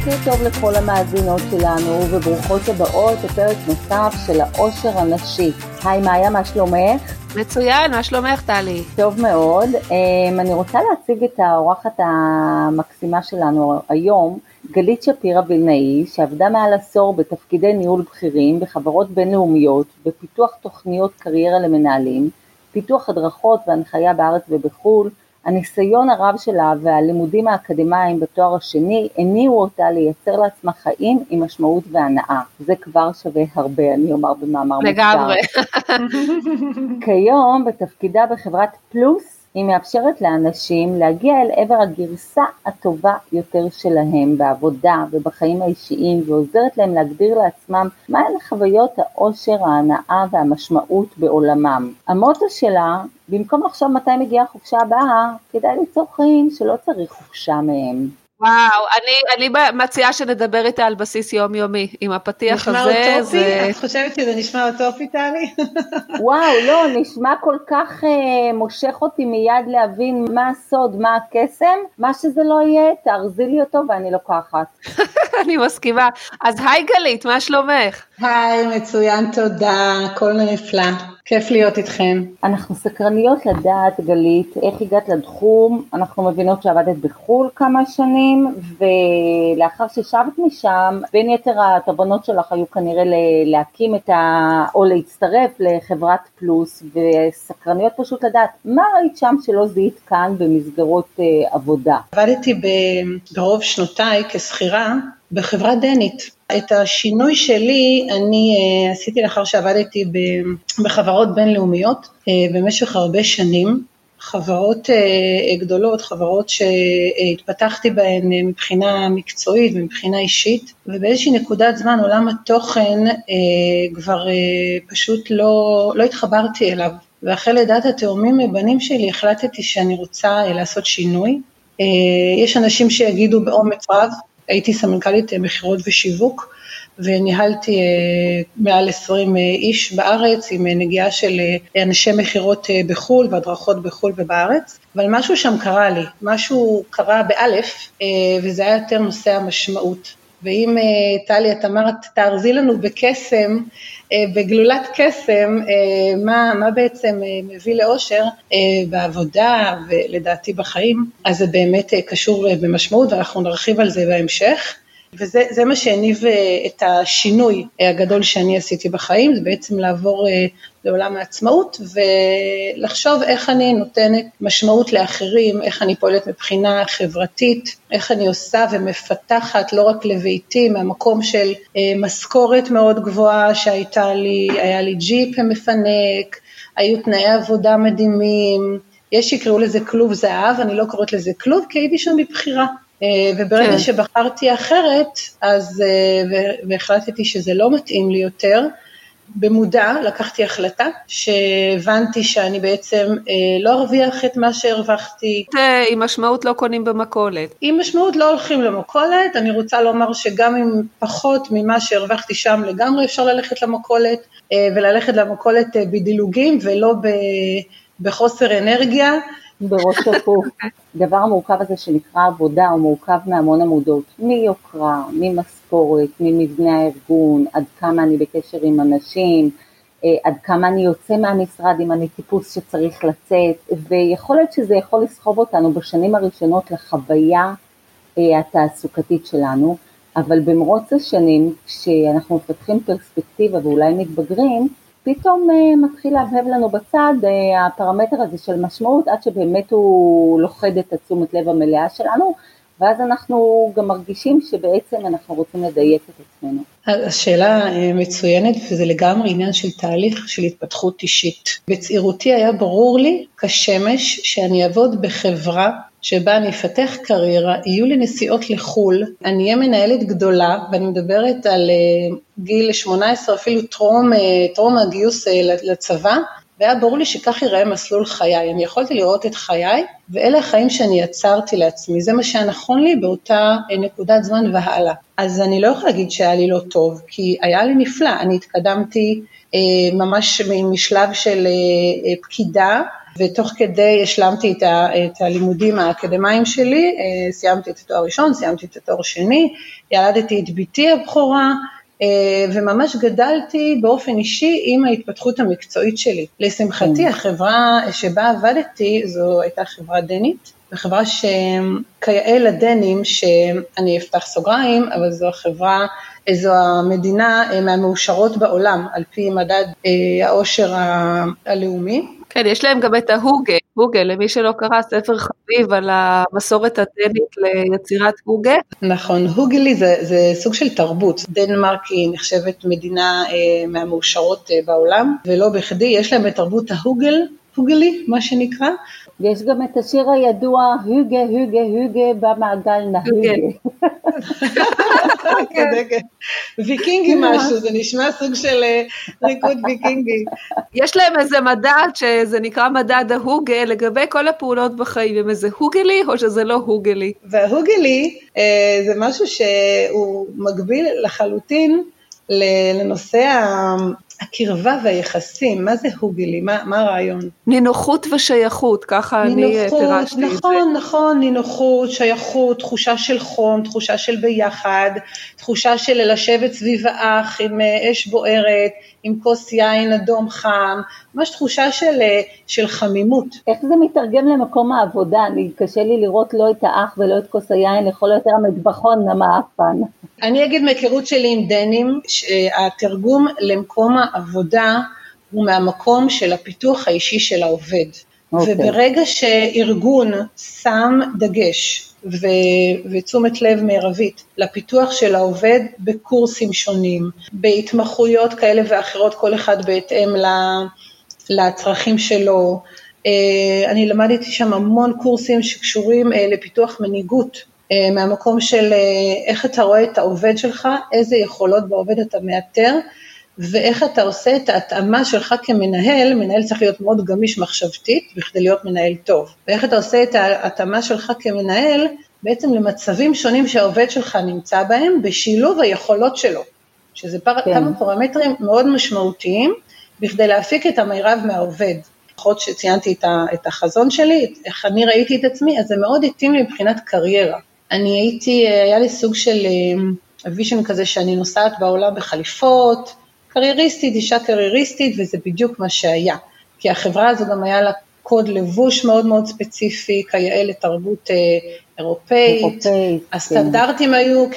בוקר טוב לכל המאזינות שלנו, וברוכות הבאות לפרק נוסף של העושר הנשי. היי מאיה, מה שלומך? מצוין, מה שלומך טלי? טוב מאוד. אני רוצה להציג את האורחת המקסימה שלנו היום, גלית שפירא וילנאי, שעבדה מעל עשור בתפקידי ניהול בכירים בחברות בינלאומיות, בפיתוח תוכניות קריירה למנהלים, פיתוח הדרכות והנחיה בארץ ובחול. הניסיון הרב שלה והלימודים האקדמיים בתואר השני הניעו אותה לייצר לעצמה חיים עם משמעות והנאה. זה כבר שווה הרבה, אני אומר במאמר מוסגר. לגמרי. כיום בתפקידה בחברת פלוס, היא מאפשרת לאנשים להגיע אל עבר הגרסה הטובה יותר שלהם בעבודה ובחיים האישיים, ועוזרת להם להגדיר לעצמם מהן חוויות העושר, ההנאה והמשמעות בעולמם. המוטו שלה, במקום לחשוב מתי מגיעה החופשה הבאה, כדאי ליצור חיים שלא צריך חופשה מהם. וואו, אני מציעה שנדבר איתה על בסיס יומיומי, עם הפתיח הזה. נשמע אוטופי? את חושבת שזה נשמע אוטופי, טלי? וואו, לא, נשמע כל כך מושך אותי מיד להבין מה הסוד, מה הקסם, מה שזה לא יהיה, תארזי לי אותו ואני לוקחת. אני מסכימה. אז היי גלית, מה שלומך? היי, מצוין, תודה, הכל נפלא. כיף להיות איתכם. אנחנו סקרניות לדעת, גלית, איך הגעת לתחום. אנחנו מבינות שעבדת בחול כמה שנים, ולאחר ששבת משם, בין יתר התובנות שלך היו כנראה להקים או להצטרף לחברת פלוס, וסקרניות פשוט לדעת, מה ראית שם שלא זיהית כאן במסגרות עבודה? עבדתי ברוב שנותיי כשכירה בחברה דנית. את השינוי שלי אני עשיתי לאחר שעבדתי בחברות בינלאומיות במשך הרבה שנים, חברות גדולות, חברות שהתפתחתי בהן מבחינה מקצועית ומבחינה אישית, ובאיזושהי נקודת זמן עולם התוכן כבר פשוט לא התחברתי אליו, ואחרי לידת התאומים מבנים שלי החלטתי שאני רוצה לעשות שינוי. יש אנשים שיגידו באומץ רב, הייתי סמנכ"לית מחירות ושיווק, וניהלתי מעל 20 איש בארץ, עם נגיעה של אנשי מחירות בחול, והדרכות בחול ובארץ, אבל משהו שם קרה לי, משהו קרה באלף, וזה היה יותר נושא המשמעות. ואם טלי, את אמרת, תארזי לנו בקסם, בגלולת קסם, מה בעצם מביא לאושר בעבודה ולדעתי בחיים, אז זה באמת קשור במשמעות, ואנחנו נרחיב על זה בהמשך, וזה מה שהניב את השינוי הגדול שאני עשיתי בחיים, זה בעצם לעבור לעולם העצמאות, ולחשוב איך אני נותנת משמעות לאחרים, איך אני פועלת מבחינה חברתית, איך אני עושה ומפתחת לא רק לביתי, מהמקום של משכורת מאוד גבוהה היה לי ג'יפ מפנק, היו תנאי עבודה מדהימים, יש שיקראו לזה כלוב זהב, אני לא קוראת לזה כלוב, כי הייתי שם מבחירה. וברגע שבחרתי אחרת, אז והחלטתי שזה לא מתאים לי יותר, במודע לקחתי החלטה, שהבנתי שאני בעצם לא ארוויח את מה שהרווחתי. עם משמעות לא קונים במכולת. עם משמעות לא הולכים למכולת, אני רוצה לומר שגם עם פחות ממה שהרווחתי שם לגמרי אפשר ללכת למכולת, וללכת למכולת בדילוגים ולא בחוסר אנרגיה, בראש הפוך. דבר מורכב הזה שנקרא עבודה, הוא מורכב מהמון עמודות, מיוקרה, ממשכורת, ממבנה הארגון, עד כמה אני בקשר עם אנשים, עד כמה אני יוצא מהמשרד אם אני טיפוס שצריך לצאת, ויכול להיות שזה יכול לסחוב אותנו בשנים הראשונות לחוויה התעסוקתית שלנו, אבל במרוץ השנים, כשאנחנו מפתחים פרספקטיבה ואולי מתבגרים, פתאום מתחיל להבהב לנו בצד הפרמטר הזה של משמעות, עד שבאמת הוא לוכד את התשומת לב המלאה שלנו, ואז אנחנו גם מרגישים שבעצם אנחנו רוצים לדייק את עצמנו. השאלה מצוינת, וזה לגמרי עניין של תהליך של התפתחות אישית. בצעירותי היה ברור לי כשמש שאני אעבוד בחברה שבה אני אפתח קריירה, יהיו לי נסיעות לחול, אני אהיה מנהלת גדולה, ואני מדברת על גיל 18, אפילו טרום הגיוס לצבא, והיה ברור לי שכך ייראה מסלול חיי, אני יכולתי לראות את חיי, ואלה החיים שאני יצרתי לעצמי, זה מה שנכון לי באותה נקודת זמן והלאה. אז אני לא יכולה להגיד שהיה לי לא טוב, כי היה לי נפלא, אני התקדמתי ממש משלב של פקידה, ותוך כדי השלמתי את הלימודים האקדמיים שלי, סיימתי את התואר ראשון, סיימתי את התואר שני, ילדתי את ביתי הבכורה, וממש גדלתי באופן אישי עם ההתפתחות המקצועית שלי. לשמחתי, החברה שבה עבדתי, זו הייתה חברה דנית, וחברה שכיאה לדנים, שאני אפתח סוגריים, אבל זו החברה, זו המדינה מהמאושרות בעולם, על פי מדד העושר הלאומי. כן, יש להם גם את הוגה, למי שלא קרא, ספר חביב על המסורת הדנית ליצירת הוגה. נכון, הוגלי זה סוג של תרבות. דנמרק היא נחשבת מדינה מהמאושרות בעולם, ולא בכדי, יש להם את תרבות הוגלי, מה שנקרא. יש גם את השיר הידוע, הוגה, במעגל נהוגה. ויקינגי משהו, זה נשמע סוג של ריקוד ויקינגי. יש להם איזה מדד שזה נקרא מדד ההוגה, לגבי כל הפעולות בחיים, אם איזה הוגלי או שזה לא הוגלי. וההוגלי זה משהו שהוא מגביל לחלוטין לנושא הקרבה והיחסים. מה זה הוגלי? מה הרעיון? נינוחות ושייכות, ככה אני פירשתי את זה. נכון, נינוחות, שייכות, תחושה של חום, תחושה של ביחד, תחושה של לשבת סביב האח עם אש בוערת, עם כוס יין אדום חם, ממש תחושה של חמימות. איך זה מתרגם למקום העבודה? קשה לי לראות לא את האח ולא את כוס היין, לכל יותר המטבחון המאפן. אני אגיד מהיכרות שלי עם דנים, שהתרגום למקום העבודה הוא מהמקום של הפיתוח האישי של העובד. וברגע שארגון שם דגש ותשומת לב מרבית לפיתוח של העובד בקורסים שונים, בהתמחויות כאלה ואחרות, כל אחד בהתאם לצרכים שלו. אני למדתי שם המון קורסים שקשורים לפיתוח מנהיגות, מהמקום של איך אתה רואה את העובד שלך, איזה יכולות בעובד אתה מאתר, ואיך אתה עושה את ההתאמה שלך כמנהל, מנהל צריך להיות מאוד גמיש מחשבתית, בכדי להיות מנהל טוב, ואיך אתה עושה את ההתאמה שלך כמנהל, בעצם למצבים שונים שהעובד שלך נמצא בהם, בשילוב היכולות שלו, שזה כמה פרמטרים מאוד משמעותיים, בכדי להפיק את המרב מהעובד. לפחות שציינתי את החזון שלי, איך אני ראיתי את עצמי, אז זה מאוד התאים לי מבחינת קריירה. היה לי סוג של ויז'ן כזה שאני נוסעת בעולם בחליפות, קרייריסטית, אישה קרייריסטית, וזה בדיוק מה שהיה. כי החברה הזו גם היה לה קוד לבוש מאוד מאוד ספציפי, כיאה לתרבות אירופאית. הסטנדרטים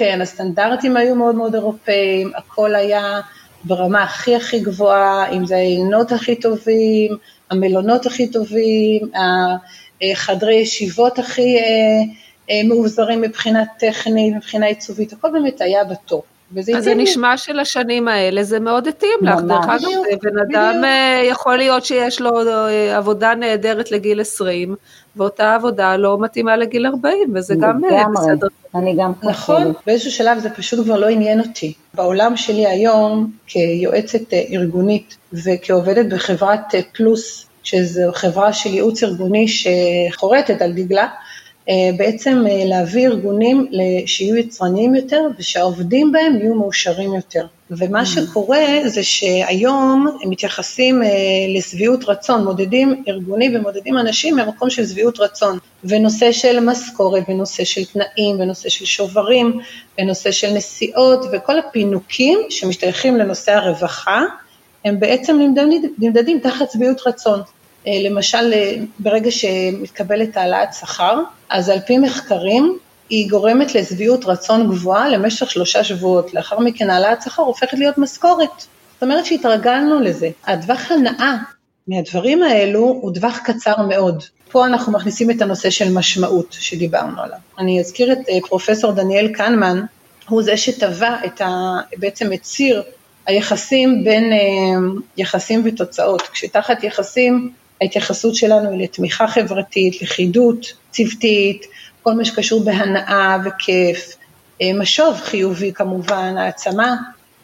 היו מאוד מאוד אירופאים, הכל היה ברמה הכי הכי גבוהה, אם זה העיינות הכי טובים, המלונות הכי טובים, החדרי ישיבות הכי מאוזרים מבחינה טכנית, מבחינה עיצובית, הכל באמת היה בטוב. אז זה נשמע של השנים האלה, זה מאוד התאים לך, דרך אגב, בן אדם יכול להיות שיש לו עבודה נהדרת לגיל 20, ואותה עבודה לא מתאימה לגיל 40, וזה גם בסדר. אני גם נכון, באיזשהו שלב זה פשוט כבר לא עניין אותי. בעולם שלי היום, כיועצת ארגונית, וכעובדת בחברת פלוס, שזו חברה של ייעוץ ארגוני שחורטת על דגלה, בעצם להביא ארגונים שיהיו יצרניים יותר, ושהעובדים בהם יהיו מאושרים יותר. ומה שקורה זה שהיום הם מתייחסים לסביעות רצון, מודדים ארגונים ומודדים אנשים ממקום של סביעות רצון, ונושא של משכורת, ונושא של תנאים, ונושא של שוברים, ונושא של נסיעות, וכל הפינוקים שמשתייכים לנושא הרווחה, הם בעצם נמדדים תחת סביעות רצון. למשל, ברגע שמתקבלת העלאת שכר, אז על פי מחקרים, היא גורמת לסביעות רצון גבוהה למשך 3 שבועות. לאחר מכן, העלאת שכר הופכת להיות משכורת. זאת אומרת שהתרגלנו לזה. הדווח הנאה מהדברים האלו הוא דווח קצר מאוד. פה אנחנו מכניסים את הנושא של משמעות שדיברנו עליו. אני אזכיר את פרופסור דניאל קנמן, הוא זה שטבע בעצם את ציר היחסים בין יחסים ותוצאות. כשתחת יחסים, ההתייחסות שלנו היא לתמיכה חברתית, לכידות צוותית, כל מה שקשור בהנאה וכיף, משוב חיובי כמובן, העצמה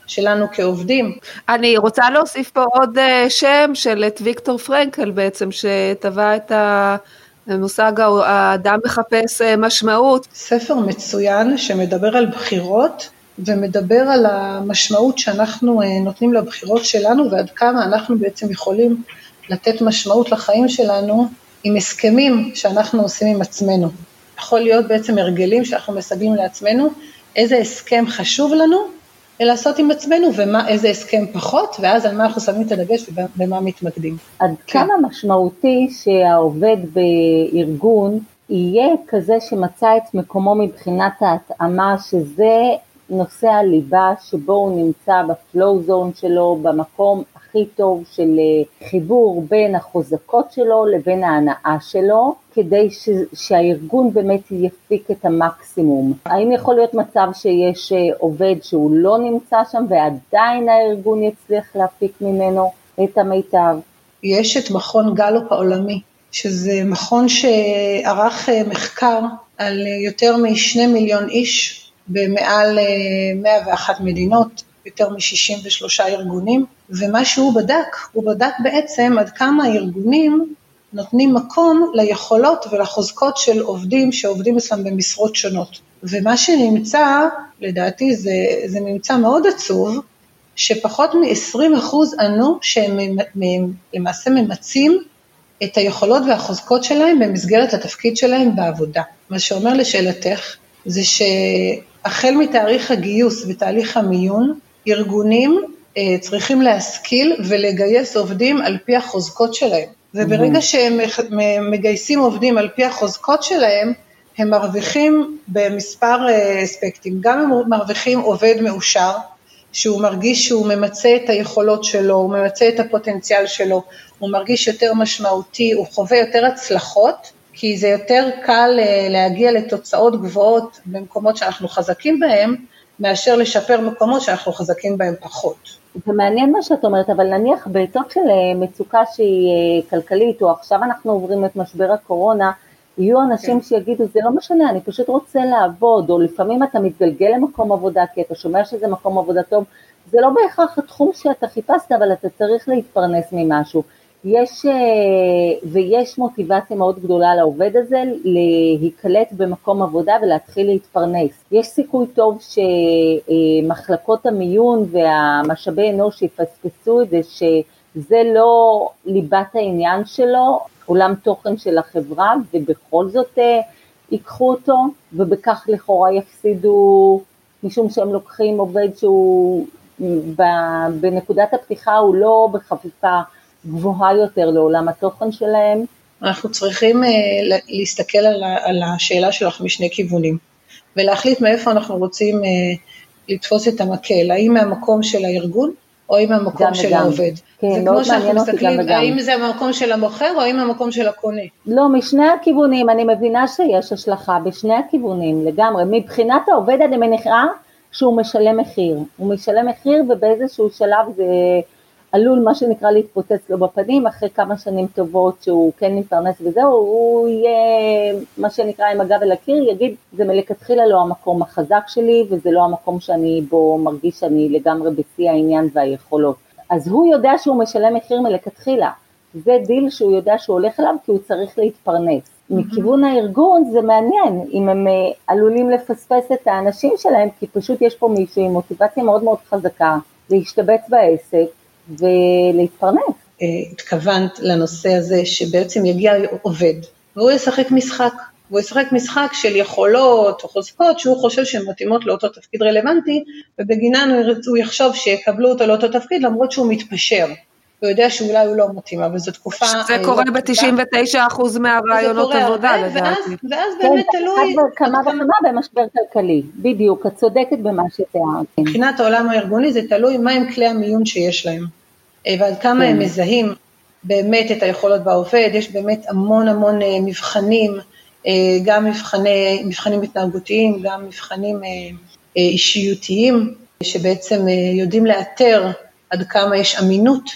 שלנו כעובדים. אני רוצה להוסיף פה עוד שם של את ויקטור פרנקל בעצם, שטבע את המושג האדם מחפש משמעות. ספר מצוין שמדבר על בחירות, ומדבר על המשמעות שאנחנו נותנים לבחירות שלנו, ועד כמה אנחנו בעצם יכולים לתת משמעות לחיים שלנו, עם הסכמים שאנחנו עושים עם עצמנו. יכול להיות בעצם הרגלים שאנחנו מסגלים לעצמנו, איזה הסכם חשוב לנו, לעשות עם עצמנו, ואיזה הסכם פחות, ואז על מה אנחנו שמים את הדגש ובמה מתמקדים. עד כמה משמעותי שהעובד בארגון יהיה כזה שמצא את מקומו מבחינת ההתאמה, שזה נושא הליבה שבו הוא נמצא בפלואו זון שלו, במקום הכי טוב של חיבור בין החוזקות שלו לבין ההנאה שלו, כדי שהארגון באמת יפיק את המקסימום. האם יכול להיות מצב שיש עובד שהוא לא נמצא שם ועדיין הארגון יצליח להפיק ממנו את המיטב? יש את מכון גלופ העולמי, שזה מכון שערך מחקר על יותר מ2 מיליון איש במעל 101 מדינות, יותר מ63 ארגונים, ומה שהוא בדק, הוא בדק בעצם עד כמה הארגונים נותנים מקום ליכולות ולחוזקות של עובדים שעובדים אצלם במשרות שונות. ומה שנמצא, לדעתי זה ממצא מאוד עצוב, שפחות מ20% ענו שהם למעשה ממצים את היכולות והחוזקות שלהם במסגרת התפקיד שלהם בעבודה. מה שאומר לשאלתך, זה שהחל מתאריך הגיוס ותהליך המיון, ארגונים צריכים להשכיל ולגייס עובדים על פי החוזקות שלהם. וברגע שהם מגייסים עובדים על פי החוזקות שלהם, הם מרוויחים במספר אספקטים. גם הם מרוויחים עובד מאושר, שהוא מרגיש שהוא ממצא את היכולות שלו, הוא ממצא את הפוטנציאל שלו, הוא מרגיש יותר משמעותי, הוא חווה יותר הצלחות, כי זה יותר קל להגיע לתוצאות גבוהות במקומות שאנחנו חזקים בהם, מאשר לשפר מקומות שאנחנו חזקים בהם פחות. זה מעניין מה שאת אומרת, אבל נניח בעתות של מצוקה שהיא כלכלית, או עכשיו אנחנו עוברים את משבר הקורונה, יהיו אנשים שיגידו, זה לא משנה, אני פשוט רוצה לעבוד, או לפעמים אתה מתגלגל למקום עבודה, כי אתה שומע שזה מקום עבודה טוב, זה לא בהכרח התחום שאתה חיפשת, אבל אתה צריך להתפרנס ממשהו. ויש מוטיבציה מאוד גדולה לעובד הזה להיקלט במקום עבודה ולהתחיל להתפרנס. יש סיכוי טוב שמחלקות המיון והמשאבי אנוש יפספסו את זה, שזה לא ליבת העניין שלו, עולם תוכן של החברה, ובכל זאת ייקחו אותו, ובכך לכאורה יפסידו, משום שהם לוקחים עובד שהוא בנקודת הפתיחה הוא לא בחפיפה גבוהה יותר לעולם התוכן שלהם. אנחנו צריכים להסתכל על השאלה שלך משני כיוונים, ולהחליט מאיפה אנחנו רוצים לתפוס את המקל, האם מהמקום של הארגון, או האם מהמקום של העובד. כן, זה כמו שאנחנו מסתכלים, האם זה המקום של המוכר, או האם המקום של הקונה. לא, משני הכיוונים, אני מבינה שיש השלכה בשני הכיוונים לגמרי. מבחינת העובד אני מניחה שהוא משלם מחיר. הוא משלם מחיר ובאיזשהו שלב זה עלול מה שנקרא להתפוצץ לו בפנים, אחרי כמה שנים טובות שהוא כן מתפרנס וזהו, הוא יהיה מה שנקרא עם הגב אל הקיר, יגיד זה מלכתחילה לא המקום החזק שלי, וזה לא המקום שאני בו מרגיש שאני לגמרי בשיא העניין והיכולות. אז הוא יודע שהוא משלם מחיר מלכתחילה, זה דיל שהוא יודע שהוא הולך אליו כי הוא צריך להתפרנס. מכיוון הארגון זה מעניין, אם הם עלולים לפספס את האנשים שלהם, כי פשוט יש פה מישהו עם מוטיבציה מאוד מאוד חזקה, להשתבץ בעסק, ולהתפרנס. התכוונת לנושא הזה שבעצם יגיע עובד, והוא ישחק משחק, והוא ישחק משחק של יכולות או חוזקות שהוא חושב שהן מתאימות לאותו תפקיד רלוונטי, ובגינן הוא יחשוב שיקבלו אותו לאותו תפקיד למרות שהוא מתפשר, הוא יודע שאולי הוא לא מתאים, אבל זו תקופה... זה קורה ב-99% מהרעיונות עבודה, לדעתי. ואז באמת תלוי... כמה וכמה במשבר כלכלי, בדיוק, את צודקת במה שתיארת. מבחינת העולם הארגוני זה תלוי מהם כלי המיון שיש להם, ועד כמה הם מזהים באמת את היכולות בעובד, יש באמת המון מבחנים, גם מבחנים התנהגותיים, גם מבחנים אישיותיים, שבעצם יודעים לאתר עד כמה יש אמינות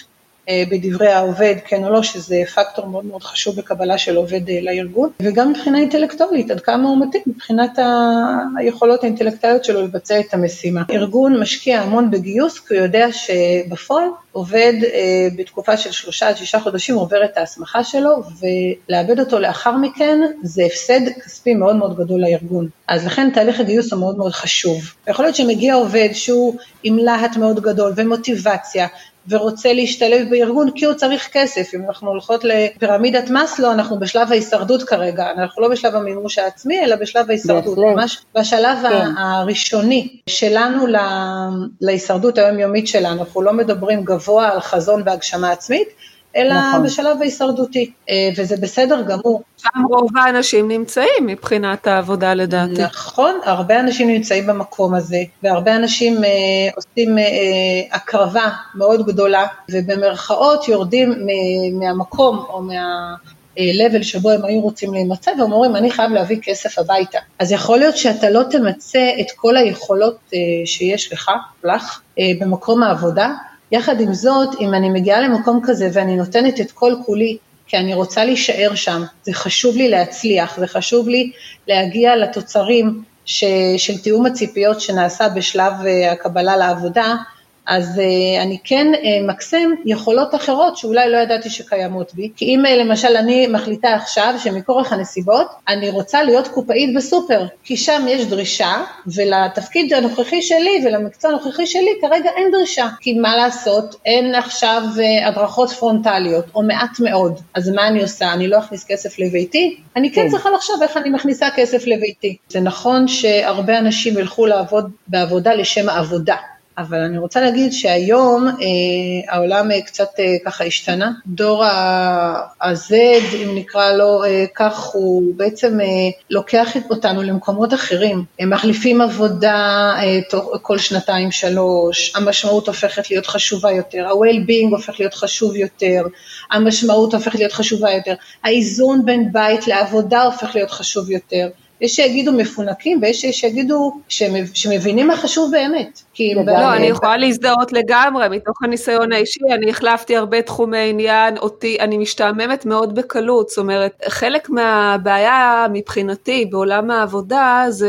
בדברי העובד, כן או לא, שזה פקטור מאוד מאוד חשוב בקבלה של עובד לארגון, וגם מבחינה אינטלקטואלית, עד כמה הוא מתאים מבחינת היכולות האינטלקטואליות שלו לבצע את המשימה. ארגון משקיע המון בגיוס, כי הוא יודע שבפועל עובד בתקופה של 3-6 חודשים עובר את ההסמכה שלו, ולאבד אותו לאחר מכן זה הפסד כספי מאוד מאוד גדול לארגון. אז לכן תהליך הגיוס הוא מאוד מאוד חשוב. יכול להיות שמגיע עובד שהוא עם להט מאוד גדול ומוטיבציה, ורוצה להשתלב בארגון כי הוא צריך כסף. אם אנחנו הולכות לפירמידת מסלו, אנחנו בשלב ההישרדות כרגע, אנחנו לא בשלב המימוש העצמי, אלא בשלב ההישרדות, ממש בשלב הראשוני שלנו להישרדות היומיומית שלנו, אנחנו לא מדברים גבוה על חזון והגשמה עצמית, אלא בשלב ההישרדותי, וזה בסדר גמור. שם רוב האנשים נמצאים מבחינת העבודה לדעתי. נכון, הרבה אנשים נמצאים במקום הזה, והרבה אנשים עושים הקרבה מאוד גדולה, ובמרכאות יורדים מהמקום או מהלבל שבו הם היו רוצים להימצא, ואומרים אני חייב להביא כסף הביתה. אז יכול להיות שאתה לא תמצא את כל היכולות שיש לך במקום העבודה, יחד עם זאת, אם אני מגיעה למקום כזה ואני נותנת את כל כולי, כי אני רוצה להישאר שם, זה חשוב לי להצליח, זה חשוב לי להגיע לתוצרים של תיאום הציפיות שנעשה בשלב הקבלה לעבודה, אז אני כן מקסם יכולות אחרות שאולי לא ידעתי שקיימות בי, כי אם למשל אני מחליטה עכשיו שמכורח הנסיבות אני רוצה להיות קופאית בסופר, כי שם יש דרישה, ולתפקיד הנוכחי שלי ולמקצוע הנוכחי שלי כרגע אין דרישה, כי מה לעשות, אין עכשיו הדרכות פרונטליות או מעט מאוד, אז מה אני עושה? אני לא אכניס כסף לביתי? אני כן צריכה לחשוב איך אני מכניסה כסף לביתי. זה נכון שהרבה אנשים ילכו לעבוד בעבודה לשם העבודה, אבל אני רוצה להגיד שהיום העולם קצת ככה השתנה, דור ה-Z, אם נקרא לו כך, הוא בעצם לוקח אותנו למקומות אחרים, הם מחליפים עבודה כל 2-3, המשמעות הופכת להיות חשובה יותר, ה-well-being הופך להיות חשוב יותר, המשמעות הופכת להיות חשובה יותר, האיזון בין בית לעבודה הופך להיות חשוב יותר, יש שיגידו מפונקים, ויש שיגידו שמבינים מה חשוב באמת. לא, אני יכולה להזדהות לגמרי, מתוך הניסיון האישי, אני החלפתי הרבה תחומי עניין, אני משתעממת מאוד בקלות, זאת אומרת, חלק מהבעיה מבחינתי בעולם העבודה, זה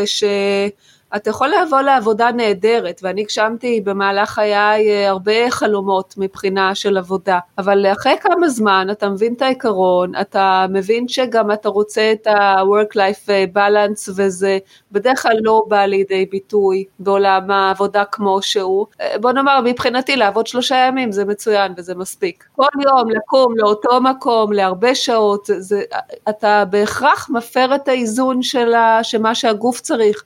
אתה יכול לבוא לעבודה נהדרת, ואני הגשמתי במהלך חיי הרבה חלומות מבחינה של עבודה, אבל אחרי כמה זמן אתה מבין את העיקרון, אתה מבין שגם אתה רוצה את ה-work-life balance, וזה בדרך כלל לא בא לידי ביטוי בעולם העבודה כמו שהוא. בוא נאמר, מבחינתי לעבוד 3 ימים זה מצוין וזה מספיק. כל יום לקום לאותו מקום, להרבה שעות, אתה בהכרח מפר את האיזון של מה שהגוף צריך,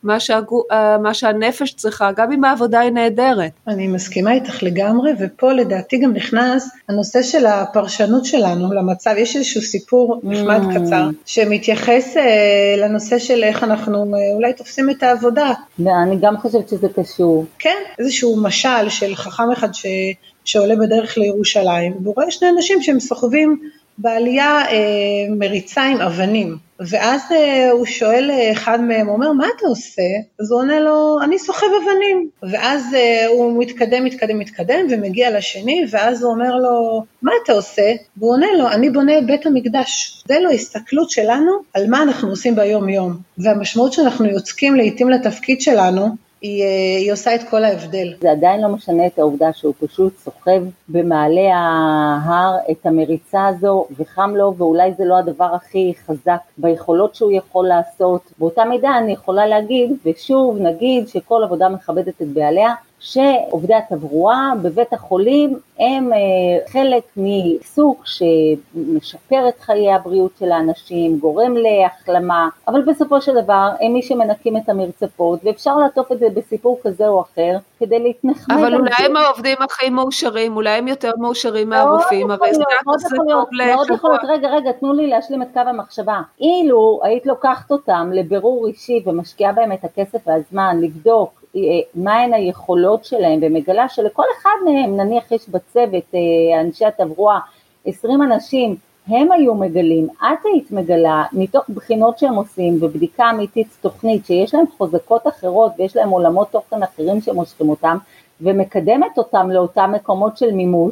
מה שהנפש צריכה, גם אם העבודה היא נהדרת. אני מסכימה איתך לגמרי, ופה לדעתי גם נכנס הנושא של הפרשנות שלנו למצב. יש איזשהו סיפור נחמד קצר, שמתייחס לנושא של איך אנחנו אולי תופסים את העבודה. ואני גם חושבת שזה קשור. כן, איזשהו משל של חכם אחד שעולה בדרך לירושלים, והוא רואה 2 אנשים שהם סוחבים בעלייה מריצה עם אבנים, ואז הוא שואל אחד מהם, הוא אומר, מה אתה עושה? אז הוא עונה לו, אני סוחב אבנים. ואז הוא מתקדם, ומגיע לשני, ואז הוא אומר לו, מה אתה עושה? והוא עונה לו, אני בונה את בית המקדש. זה לו הסתכלות שלנו על מה אנחנו עושים ביום יום. והמשמעות שאנחנו יוצקים לעתים לתפקיד שלנו, היא עושה את כל ההבדל. זה עדיין לא משנה את העובדה שהוא פשוט סוחב במעלה ההר את המריצה הזו, וחם לו, ואולי זה לא הדבר הכי חזק ביכולות שהוא יכול לעשות. באותה מידה אני יכולה להגיד, ושוב נגיד שכל עבודה מכבדת את בעליה, שעובדי התברואה בבית החולים הם חלק מעיסוק שמשפר את חיי הבריאות של האנשים, גורם להחלמה, אבל בסופו של דבר הם מי שמנקים את המרצפות, ואפשר לעטוף את זה בסיפור כזה או אחר כדי להתנחמד. אבל אולי הם העובדים הכי מאושרים, אולי הם יותר מאושרים מהרופאים, הרי זה מאוד יכול להיות, רגע, תנו לי להשלים את קו המחשבה. אילו היית לוקחת אותם לבירור אישי ומשקיעה בהם את הכסף והזמן לבדוק מהן היכולות שלהם, ומגלה שלכל אחד מהם, נניח יש בצוות, אנשי התברואה, 20 אנשים, הם היו מגלים, את היית מגלה, מתוך בחינות שהם עושים, ובדיקה אמיתית תוכנית, שיש להם חוזקות אחרות, ויש להם עולמות תוכן אחרים שמושכים אותם, ומקדמת אותם לאותם מקומות של מימוש,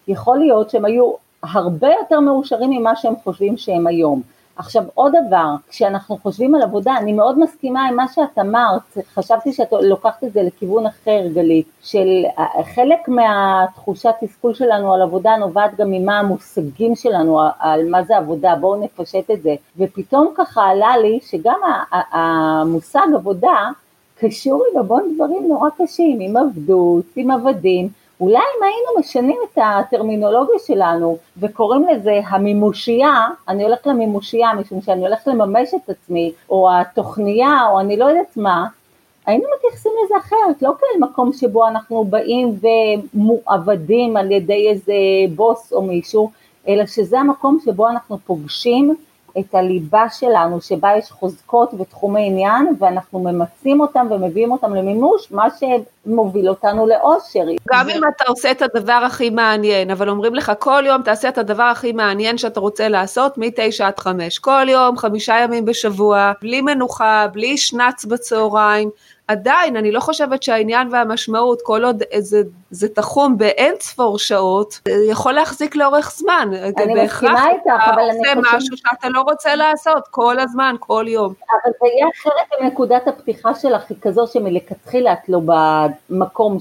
יכול להיות שהם היו הרבה יותר מאושרים ממה שהם חושבים שהם היום. עכשיו עוד דבר, כשאנחנו חושבים על עבודה, אני מאוד מסכימה עם מה שאת אמרת, חשבתי שאת לוקחת את זה לכיוון אחר גלית, של חלק מהתחושת תסכול שלנו על עבודה נובעת גם ממה המושגים שלנו על מה זה עבודה, בואו נפשט את זה, ופתאום ככה עלה לי שגם המושג עבודה קשור עם המון דברים נורא קשים, עם עבדות, עם עבדים, אולי אם היינו משנים את הטרמינולוגיה שלנו וקוראים לזה המימושייה, אני הולך למימושייה משום שאני הולך לממש את עצמי, או התוכניה, או אני לא יודעת מה, היינו מתייחסים לזה אחרת, לא כאל מקום שבו אנחנו באים ומועבדים על ידי איזה בוס או מישהו, אלא שזה המקום שבו אנחנו פוגשים את הליבה שלנו, שבה יש חוזקות ותחומי עניין, ואנחנו ממצים אותם ומביאים אותם למימוש, מה שמוביל אותנו לאושר. גם אם אתה עושה את הדבר הכי מעניין, אבל אומרים לך כל יום תעשה את הדבר הכי מעניין שאתה רוצה לעשות, מ-9 עד 5, כל יום, 5 ימים בשבוע, בלי מנוחה, בלי שנץ בצהריים, עדיין אני לא חושבת שהעניין והמשמעות, כל עוד זה תחום באין ספור שעות, יכול להחזיק לאורך זמן. אני מסכימה איתך, אבל אני חושבת... עושה משהו שאתה לא רוצה לעשות כל הזמן, כל יום. אבל זה יהיה אחרת בנקודת הפתיחה שלך, היא כזו שמלכתחילה את לא במקום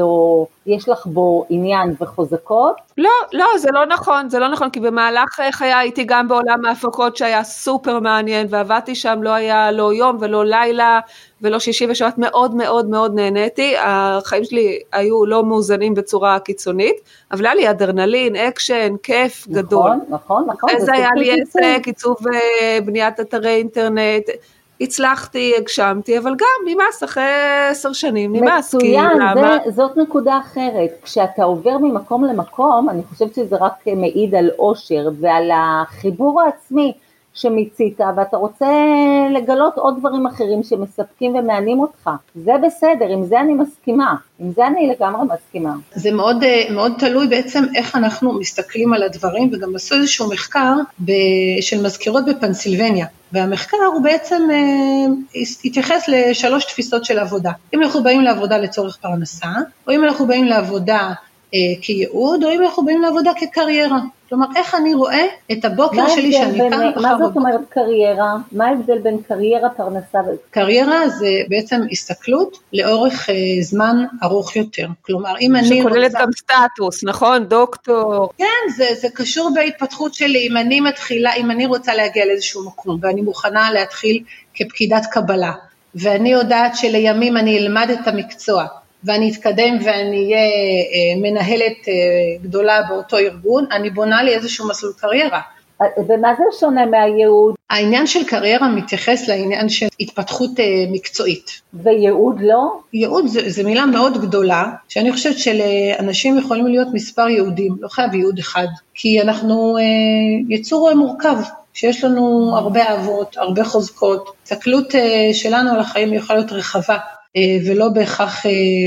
יש לך בו עניין וחוזקות? לא, זה לא נכון, כי במהלך חיי הייתי גם בעולם ההפקות שהיה סופר מעניין, ועבדתי שם, לא היה לא יום ולא לילה, ולא שישי ושבת, מאוד מאוד מאוד נהניתי, החיים שלי היו לא מאוזנים בצורה קיצונית, אבל היה לי אדרנלין, אקשן, כיף גדול. נכון. זה היה לי עסק, עיצוב בניית אתרי אינטרנט, הצלחתי, הגשמתי, אבל גם נמאס אחרי 10 שנים, נמאס. מצוין, זאת נקודה אחרת. כשאתה עובר ממקום למקום, אני חושבת שזה רק מעיד על אושר ועל החיבור העצמי שמיצית, ואתה רוצה לגלות עוד דברים אחרים שמספקים ומענים אותך. זה בסדר, עם זה אני מסכימה. עם זה אני לגמרי מסכימה. זה מאוד, מאוד תלוי בעצם איך אנחנו מסתכלים על הדברים, וגם עשו איזשהו מחקר של מזכירות בפנסילבניה. והמחקר הוא בעצם התייחס ל3 תפיסות של עבודה. אם אנחנו באים לעבודה לצורך פרנסה, או אם אנחנו באים לעבודה כייעוד, או אם אנחנו באים לעבודה כקריירה. כלומר, איך אני רואה את הבוקר שלי שאני קם מחר. מה זאת אומרת קריירה? מה ההבדל בין קריירה, פרנסה? קריירה זה בעצם הסתכלות לאורך זמן ארוך יותר. כלומר, אם אני רוצה... שכוללת גם סטטוס, נכון? דוקטור. כן, זה קשור בהתפתחות שלי. אם אני רוצה להגיע לאיזשהו מקום, ואני מוכנה להתחיל כפקידת קבלה, ואני יודעת שלימים אני אלמד את המקצוע, ואני אתקדם ואני אהיה מנהלת גדולה באותו ארגון, אני בונה לי איזשהו מסלול קריירה. ומה זה שונה מהייעוד? העניין של קריירה מתייחס לעניין של התפתחות מקצועית. וייעוד לא? ייעוד זה מילה מאוד גדולה, שאני חושבת שלאנשים יכולים להיות מספר ייעודים, לא חייב ייעוד אחד, כי אנחנו יצור מורכב, שיש לנו הרבה אהבות, הרבה חוזקות, הסתכלות שלנו על החיים יכולה להיות רחבה, ולא בהכרח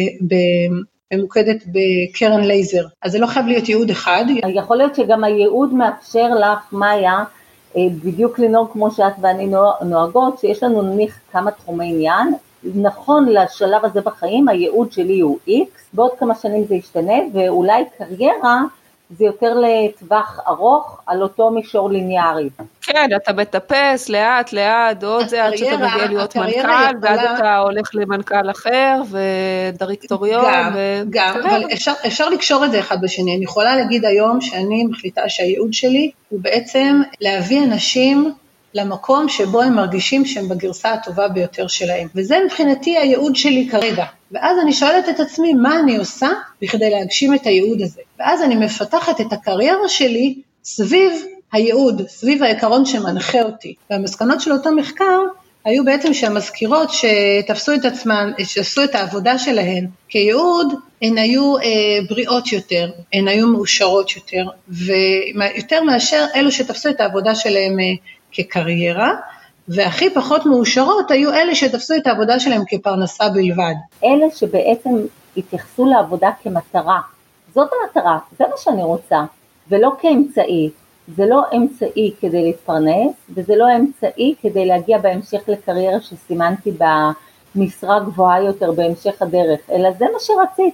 ממוקדת בקרן לייזר. אז זה לא חייב להיות ייעוד אחד. יכול להיות שגם הייעוד מאפשר לך, מאיה, בדיוק לנהוג כמו שאת ואני נוהגות, שיש לנו נניח כמה תחומי עניין, נכון לשלב הזה בחיים, הייעוד שלי הוא X, בעוד כמה שנים זה ישתנה, ואולי קריירה זה יותר לטווח ארוך על אותו מישור ליניארי. כן, אתה מטפס לאט, עוד זה עד שאתה מגיע להיות מנכ"ל, ואז אתה הולך למנכ"ל אחר, ודירקטוריון. גם, אבל אפשר לקשור את זה אחד בשני. אני יכולה להגיד היום שאני מחליטה שהייעוד שלי הוא בעצם להביא אנשים למקום שבו הם מרגישים שהם בגרסה הטובה ביותר שלהם. וזה מבחינתי הייעוד שלי כרגע. ואז אני שואלת את עצמי מה אני עושה בכדי להגשים את הייעוד הזה. ואז אני מפתחת את הקריירה שלי סביב הייעוד, סביב העיקרון שמנחה אותי. והמסקנות של אותו מחקר היו בעצם שהמזכירות שתפסו את עצמן, שעשו את העבודה שלהן כייעוד, הן היו בריאות יותר, הן היו מאושרות יותר, ויותר מאשר אלו שתפסו את העבודה שלהן כקריירה, והכי פחות מאושרות היו אלה שתפסו את העבודה שלהם כפרנסה בלבד. אלה שבעצם התייחסו לעבודה כמטרה, זאת המטרה, זה מה שאני רוצה, ולא כאמצעי. זה לא אמצעי כדי להתפרנס, וזה לא אמצעי כדי להגיע בהמשך לקריירה שסימנתי במשרה גבוהה יותר בהמשך הדרך, אלא זה מה שרציתי.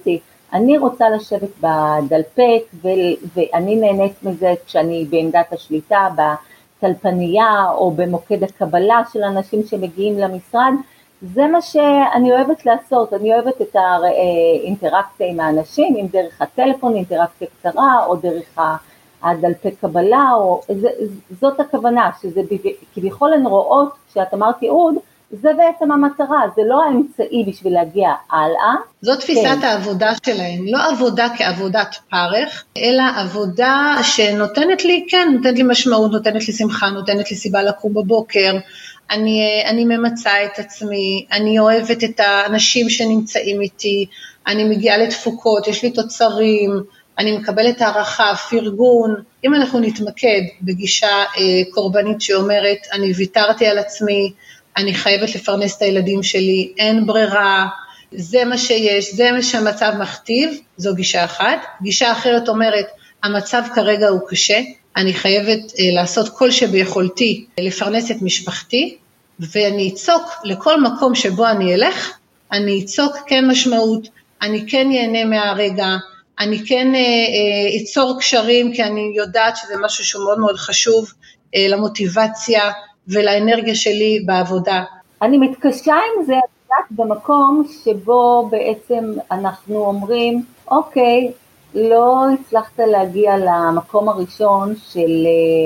אני רוצה לשבת בדלפק, ואני נהנית מזה כשאני בעמדת השליטה, בטלפנייה או במוקד הקבלה של אנשים שמגיעים למשרד, זה מה שאני אוהבת לעשות, אני אוהבת את האינטראקציה עם האנשים, אם דרך הטלפון, אינטראקציה קצרה, או דרך הדלפי קבלה, זאת הכוונה, שזה כביכול הן רואות, כשאת אמרת תיעוד, זה בעצם המטרה, זה לא האמצעי בשביל להגיע הלאה. זאת תפיסת העבודה שלהם, לא עבודה כעבודת פרך, אלא עבודה שנותנת לי, כן, נותנת לי משמעות, נותנת לי שמחה, נותנת לי סיבה לקום בבוקר, אני ממצא את עצמי, אני אוהבת את האנשים שנמצאים איתי, אני מגיעה לתפוקות, יש לי תוצרים, אני מקבלת הערכה, פרגון. אם אנחנו נתמקד בגישה קורבנית שאומרת, אני ויתרתי על עצמי, אני חייבת לפרנס את הילדים שלי, אין ברירה, זה מה שיש, זה מה שהמצב מכתיב, זו גישה אחת. גישה אחרת אומרת, המצב כרגע הוא קשה, אני חייבת לעשות כל שביכולתי לפרנס את משפחתי, ואני אצוק לכל מקום שבו אני אלך, אני אצוק כן משמעות, אני כן ייהנה מהרגע, אני כן אצור קשרים, כי אני יודעת שזה משהו שהוא מאוד מאוד חשוב למוטיבציה ולאנרגיה שלי בעבודה. אני מתקשה עם זה במקום שבו בעצם אנחנו אומרים, אוקיי, לא הצלחת להגיע למקום הראשון של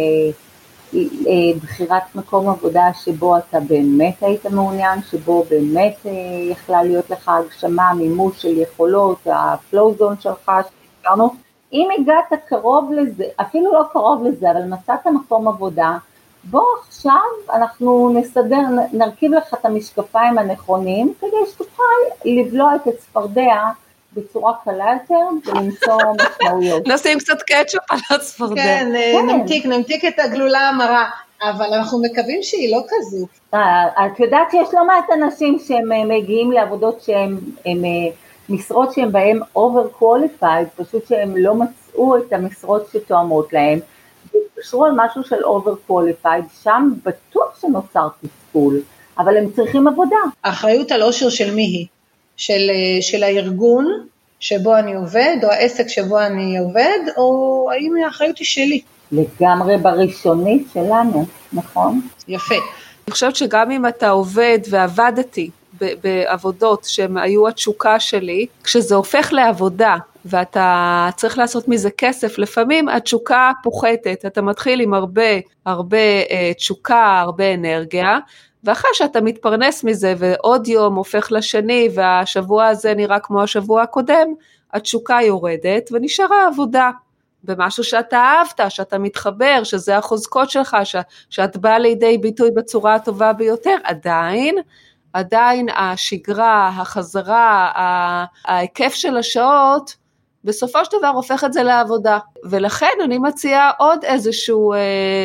בחירת מקום עבודה שבו אתה באמת היית מעוניין, שבו באמת יכלה להיות לך הגשמה, מימוש של יכולות, הפלואו זון שלך, אם הגעת קרוב לזה, אפילו לא קרוב לזה, אבל מצאת מקום עבודה, בוא עכשיו אנחנו נרכיב לך את המשקפיים הנכונים, כדי שתוכל לבלוע את הצפרדע בצורה קלה יותר, ולמצוא משמעויות. נשים קצת קטשופ על הצפרדע. כן, נמתיק את הגלולה המרה, אבל אנחנו מקווים שהיא לא כזו. את יודעת שיש לא מעט אנשים שהם מגיעים לעבודות שהם משרות שהם בהם over qualified, פשוט שהם לא מצאו את המשרות שתואמות להם, והתקשרו על משהו של over qualified, שם בטוח שנוצר תסכול, אבל הם צריכים עבודה. האחריות על אושר של מי היא? של הארגון שבו אני עובד, או העסק שבו אני עובד, או האם האחריות היא שלי? לגמרי בראשונית שלנו, נכון? יפה. אני חושבת שגם אם אתה עובד ועבדתי בעבודות שהן היו התשוקה שלי, כשזה הופך לעבודה ואתה צריך לעשות מזה כסף, לפעמים התשוקה פוחתת, אתה מתחיל עם הרבה תשוקה, הרבה אנרגיה, ואחרי שאתה מתפרנס מזה ועוד יום הופך לשני והשבוע הזה נראה כמו השבוע הקודם, התשוקה יורדת ונשארה עבודה. במשהו שאתה אהבת, שאתה מתחבר, שזה החוזקות שלך, שאת באה לידי ביטוי בצורה הטובה ביותר, עדיין השגרה, החזרה, ההיקף של השעות, בסופו של דבר הופך את זה לעבודה. ולכן אני מציעה עוד איזשהו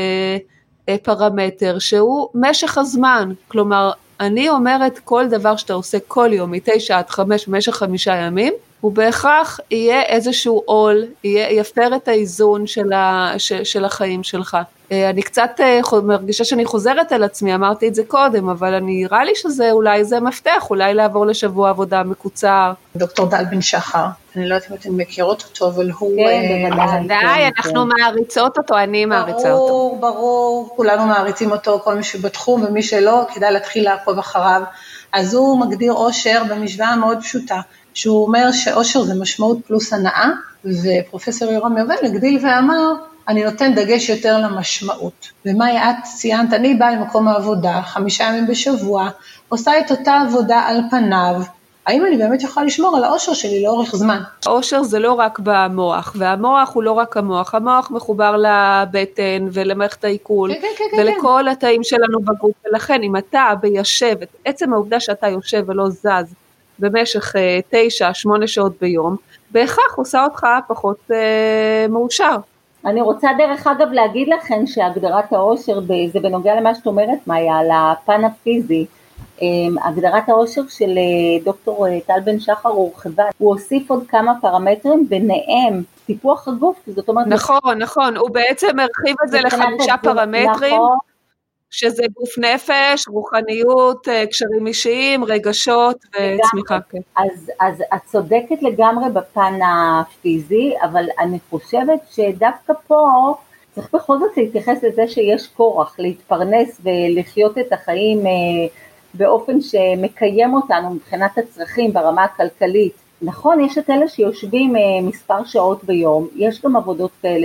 פרמטר, שהוא משך הזמן. כלומר, אני אומרת כל דבר שאתה עושה כל יום, 9 עד 5, במשך 5 ימים, הוא בהכרח יהיה איזשהו עול, יפר את האיזון של החיים שלך. אני קצת מרגישה שאני חוזרת על עצמי, אמרתי את זה קודם, אבל נראה לי שזה אולי זה מפתח, אולי לעבור לשבוע עבודה מקוצר. דוקטור טל בן שחר, אני לא יודעת אם אתן מכירות אותו, אבל הוא... כן, בוודאי, אנחנו מעריצות אותו, אני מעריצה אותו. ברור, כולנו מעריצים אותו, כל מי שבתחום ומי שלא, כדאי להתחיל לעקוב אחריו. אז הוא מגדיר אושר במשוואה מאוד פשוטה, שהוא אומר שאושר זה משמעות פלוס הנאה, ופרופסור יורם יובל הגדיל ואמר, אני נותן דגש יותר למשמעות. ומה את ציינת? אני באה למקום העבודה, 5 ימים בשבוע, עושה את אותה עבודה על פניו, האם אני באמת יכולה לשמור על האושר שלי לאורך זמן? האושר זה לא רק במוח, והמוח הוא לא רק המוח, המוח מחובר לבטן ולמערכת העיכול, ולכל התאים שלנו בגוף, ולכן אם אתה בישב, עצם העובדה שאתה יושב ולא זז, במשך 9-8 שעות ביום, בהכרח עושה אותך פחות מאושר. אני רוצה דרך אגב להגיד לכם שהגדרת האושר, זה בנוגע למה שאת אומרת, מאיה, על הפן הפיזי, הגדרת האושר של דוקטור טל בן שחר הורחבה, הוא הוסיף עוד כמה פרמטרים, ביניהם טיפוח הגוף, זאת אומרת... נכון, הוא בעצם הרחיב את זה ל5 פרמטרים. שזה גוף נפש, רוחניות, קשרים אישיים, רגשות וצמיחה. אז את צודקת לגמרי בפן הפיזי, אבל אני חושבת שדווקא פה צריך בכל זאת להתייחס לזה שיש כורח להתפרנס ולחיות את החיים באופן שמקיים אותנו מבחינת הצרכים ברמה הכלכלית. נכון, יש את אלה שיושבים מספר שעות ביום, יש גם עבודות כאלה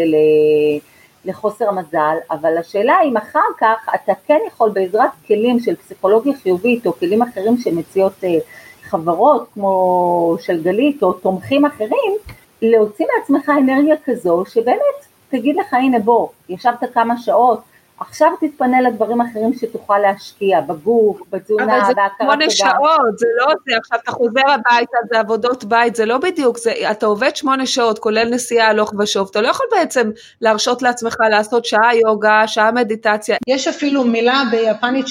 לחוסר המזל, אבל השאלה אם אחר כך אתה כן יכול בעזרת כלים של פסיכולוגיה חיובית, או כלים אחרים שמציעות חברות כמו של גלית, או תומכים אחרים, להוציא מעצמך אנרגיה כזו, שבאמת תגיד לך, הנה בוא, ישבת כמה שעות, עכשיו תתפנה לדברים אחרים שתוכל להשקיע, בגוף, בתזונה, בהכרת תודה. אבל זה 8 שעות, זה לא זה, עכשיו אתה חוזר הביתה, זה עבודות בית, זה לא בדיוק, אתה עובד 8 שעות, כולל נסיעה הלוך ושוב, אתה לא יכול בעצם להרשות לעצמך לעשות שעה יוגה, שעה מדיטציה. יש אפילו מילה ביפנית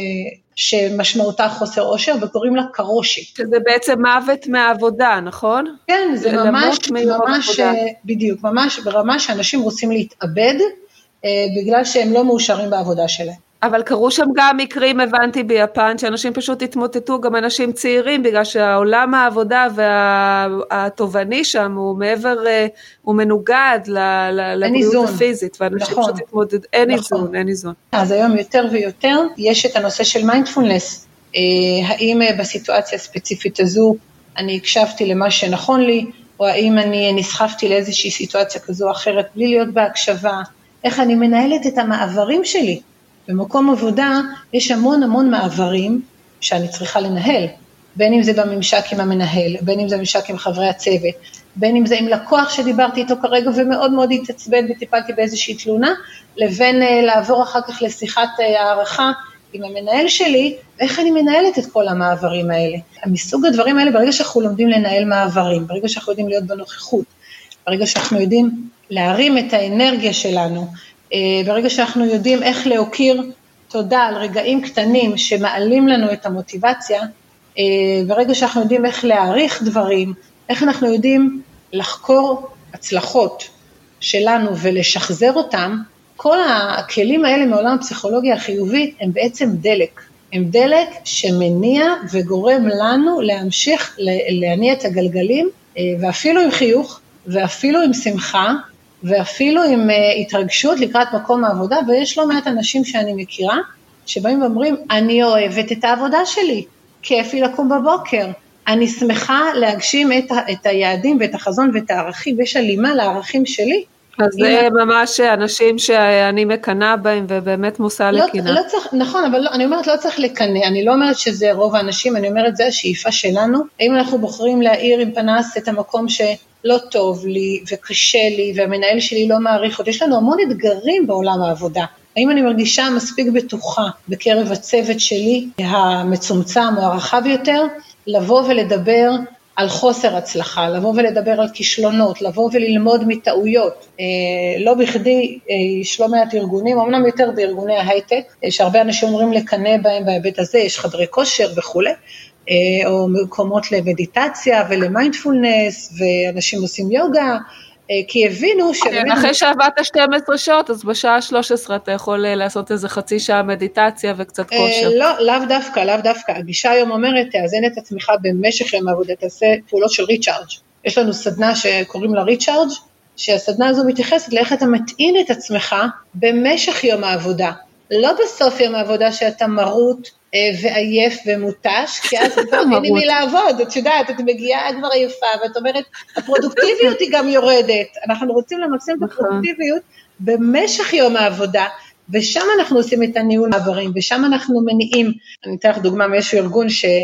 שמשמעותה חוסר אושר, וקוראים לה קרושי. שזה בעצם מוות מהעבודה, נכון? כן, זה ממש בדיוק, ממש ברמה שאנשים רוצים להתאבד, בגלל שהם לא מאושרים בעבודה שלהם. אבל קרו שם גם מקרים, הבנתי ביפן, שאנשים פשוט התמוטטו, גם אנשים צעירים, בגלל שהעולם העבודה והתובעני שם הוא מעבר, הוא מנוגד לבריאות הפיזית, ואנשים פשוט התמוטטו, אין איזון, אין איזון. אז היום יותר ויותר יש את הנושא של מיינדפולנס, האם בסיטואציה הספציפית הזו אני הקשבתי למה שנכון לי, או האם אני נסחפתי לאיזושהי סיטואציה כזו או אחרת בלי להיות בהקשבה, איך אני מנהלת את המעברים שלי. במקום עבודה יש המון מעברים שאני צריכה לנהל, בין אם זה בממשק עם המנהל, בין אם זה בממשק עם חברי הצוות, בין אם זה עם לקוח שדיברתי איתו כרגע ומאוד מאוד התעצבן וטיפלתי באיזושהי תלונה, לבין לעבור אחר כך לשיחת הערכה עם המנהל שלי, ואיך אני מנהלת את כל המעברים האלה. מסוג הדברים האלה, ברגע שאנחנו לומדים לנהל מעברים, ברגע שאנחנו יודעים להיות בנוכחות, ברגע שאנחנו יודעים להרים את האנרגיה שלנו, ברגע שאנחנו יודעים איך להוקיר תודה על רגעים קטנים שמעלים לנו את המוטיבציה, ברגע שאנחנו יודעים איך להעריך דברים, איך אנחנו יודעים לחקור הצלחות שלנו ולשחזר אותם, כל הכלים האלה מעולם הפסיכולוגיה החיובית הם בעצם דלק. הם דלק שמניע וגורם לנו להמשיך להניע את הגלגלים, ואפילו עם חיוך, ואפילו עם שמחה, ואפילו עם התרגשות לקראת מקום העבודה, ויש לא מעט אנשים שאני מכירה, שבאים ואומרים, אני אוהבת את העבודה שלי, כיף לי לקום בבוקר, אני שמחה להגשים את היעדים ואת החזון ואת הערכים, ויש הלימה לערכים שלי. אז זה ממש אנשים שאני מקנה בהם, ובאמת מושא לקינה. לא צריך, נכון, אבל אני אומרת לא צריך לקנה, אני לא אומרת שזה רוב האנשים, אני אומרת זה השאיפה שלנו, האם אנחנו בוחרים להאיר עם פנס את המקום שלא טוב לי וקשה לי, והמנהל שלי לא מעריך אותי, יש לנו המון אתגרים בעולם העבודה, האם אני מרגישה מספיק בטוחה בקרב הצוות שלי, המצומצם או הרחב יותר, לבוא ולדבר על חוסר הצלחה, לבוא ולדבר על כישלונות, לבוא וללמוד מטעויות. לא בכדי יש לא מעט ארגונים, אמנם יותר בארגוני ההייטק, שהרבה אנשים אומרים לקנה בהם בהיבט הזה, יש חדרי כושר וכו', או מקומות למדיטציה ולמיינדפולנס, ואנשים עושים יוגה, כי הבינו אחרי שעבדת 12 שעות, אז בשעה 13 אתה יכול לעשות איזה חצי שעה מדיטציה וקצת כושר. לאו דווקא. הגישה היום אומרת, תאזן את עצמך במשך יום העבודה, תעשה פעולות של ריצ'ארג'. יש לנו סדנה שקוראים לה ריצ'ארג', שהסדנה הזו מתייחסת לאיך אתה מטעין את עצמך במשך יום העבודה. לא בסוף יום העבודה שאתה מרוט ועייף ומותש, כי אז כבר אין לי מי לעבוד, את יודעת, את מגיעה כבר עייפה, ואת אומרת, הפרודוקטיביות היא גם יורדת, אנחנו רוצים למקסם את הפרודוקטיביות במשך יום העבודה, ושם אנחנו עושים את הניהול מעברים, ושם אנחנו מניעים, אני אתן לך דוגמה מאיזשהו ארגון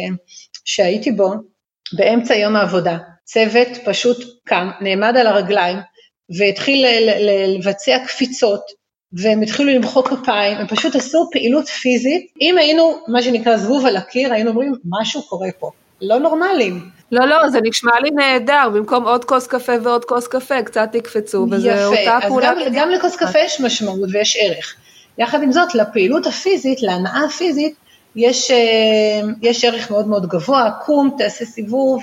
שהייתי בו, באמצע יום העבודה, צוות פשוט קם, נעמד על הרגליים, והתחיל לבצע קפיצות, והם התחילו למחוא כפיים, הם פשוט עשו פעילות פיזית, אם היינו, מה שנקרא זבוב על הקיר, היינו אומרים, משהו קורה פה, לא נורמליים. לא, זה נשמע לי נהדר, במקום עוד כוס קפה ועוד כוס קפה, קצת תקפצו, וזה אותה פעולה. יפה, אז גם לכוס קפה יש משמעות ויש ערך. יחד עם זאת, לפעילות הפיזית, להנאה הפיזית, יש ערך מאוד מאוד גבוה, קום, תעשה סיבוב,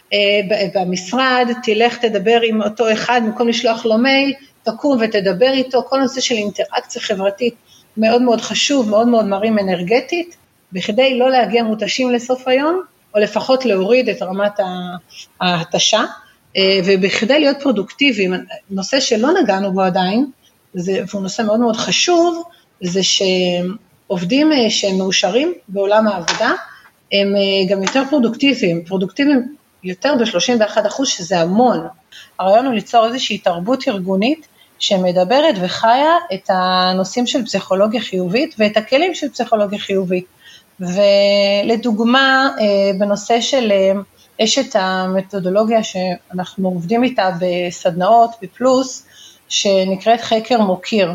במשרד, תלך תדבר עם אותו אחד, במקום לשלוח לו מייל, תקום ותדבר איתו, כל נושא של אינטראקציה חברתית מאוד מאוד חשוב, מאוד מאוד מרים אנרגטית, בכדי לא להגיע מותשים לסוף היום, או לפחות להוריד את רמת ההתשה, ובכדי להיות פרודוקטיביים. נושא שלא נגענו בו עדיין, והוא נושא מאוד מאוד חשוב, זה שעובדים שהם מאושרים בעולם העבודה, הם גם יותר פרודוקטיביים יותר ב-31%, שזה המון. הרעיון הוא ליצור איזושהי תרבות ארגונית, שמדברת וחיה את הנושאים של פסיכולוגיה חיובית, ואת הכלים של פסיכולוגיה חיובית. ולדוגמה, בנושא של את המתודולוגיה שאנחנו עובדים איתה בסדנאות, בפלוס, שנקראת חקר מוקיר.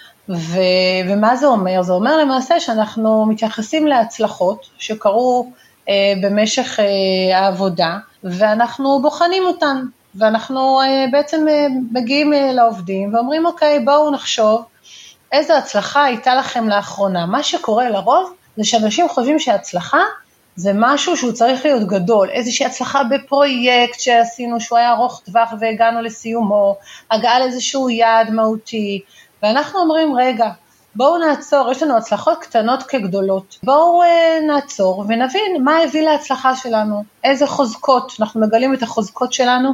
ומה זה אומר? זה אומר למעשה שאנחנו מתייחסים להצלחות שקרו במשך העבודה, ואנחנו בוחנים אותן, ואנחנו בעצם מגיעים לעובדים ואומרים, אוקיי, בואו נחשוב איזו הצלחה הייתה לכם לאחרונה. מה שקורה לרוב זה שאנשים חושבים שההצלחה זה משהו שהוא צריך להיות גדול, איזושהי הצלחה בפרויקט שעשינו שהוא היה ארוך טווח והגענו לסיומו, הגעה לאיזשהו יעד מהותי, ואנחנו אומרים רגע, בואו נעצור, יש לנו הצלחות קטנות כגדולות, בואו נעצור ונבין מה הביא להצלחה שלנו, איזה חוזקות, אנחנו מגלים את החוזקות שלנו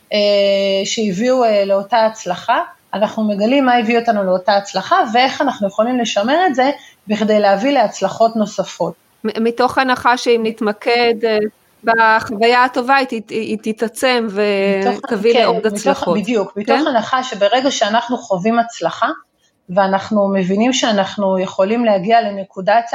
שהביאו לאותה הצלחה, אנחנו מגלים מה הביא אותנו לאותה הצלחה ואיך אנחנו יכולים לשמר את זה בכדי להביא להצלחות נוספות. מתוך הנחה שאם נתמקד בחוויה הטובה היא תתעצם ותביא לעוד הצלחות. בדיוק, מתוך הנחה שברגע שאנחנו חווים הצלחה, ואנחנו מבינים שאנחנו יכולים להגיע לנקודת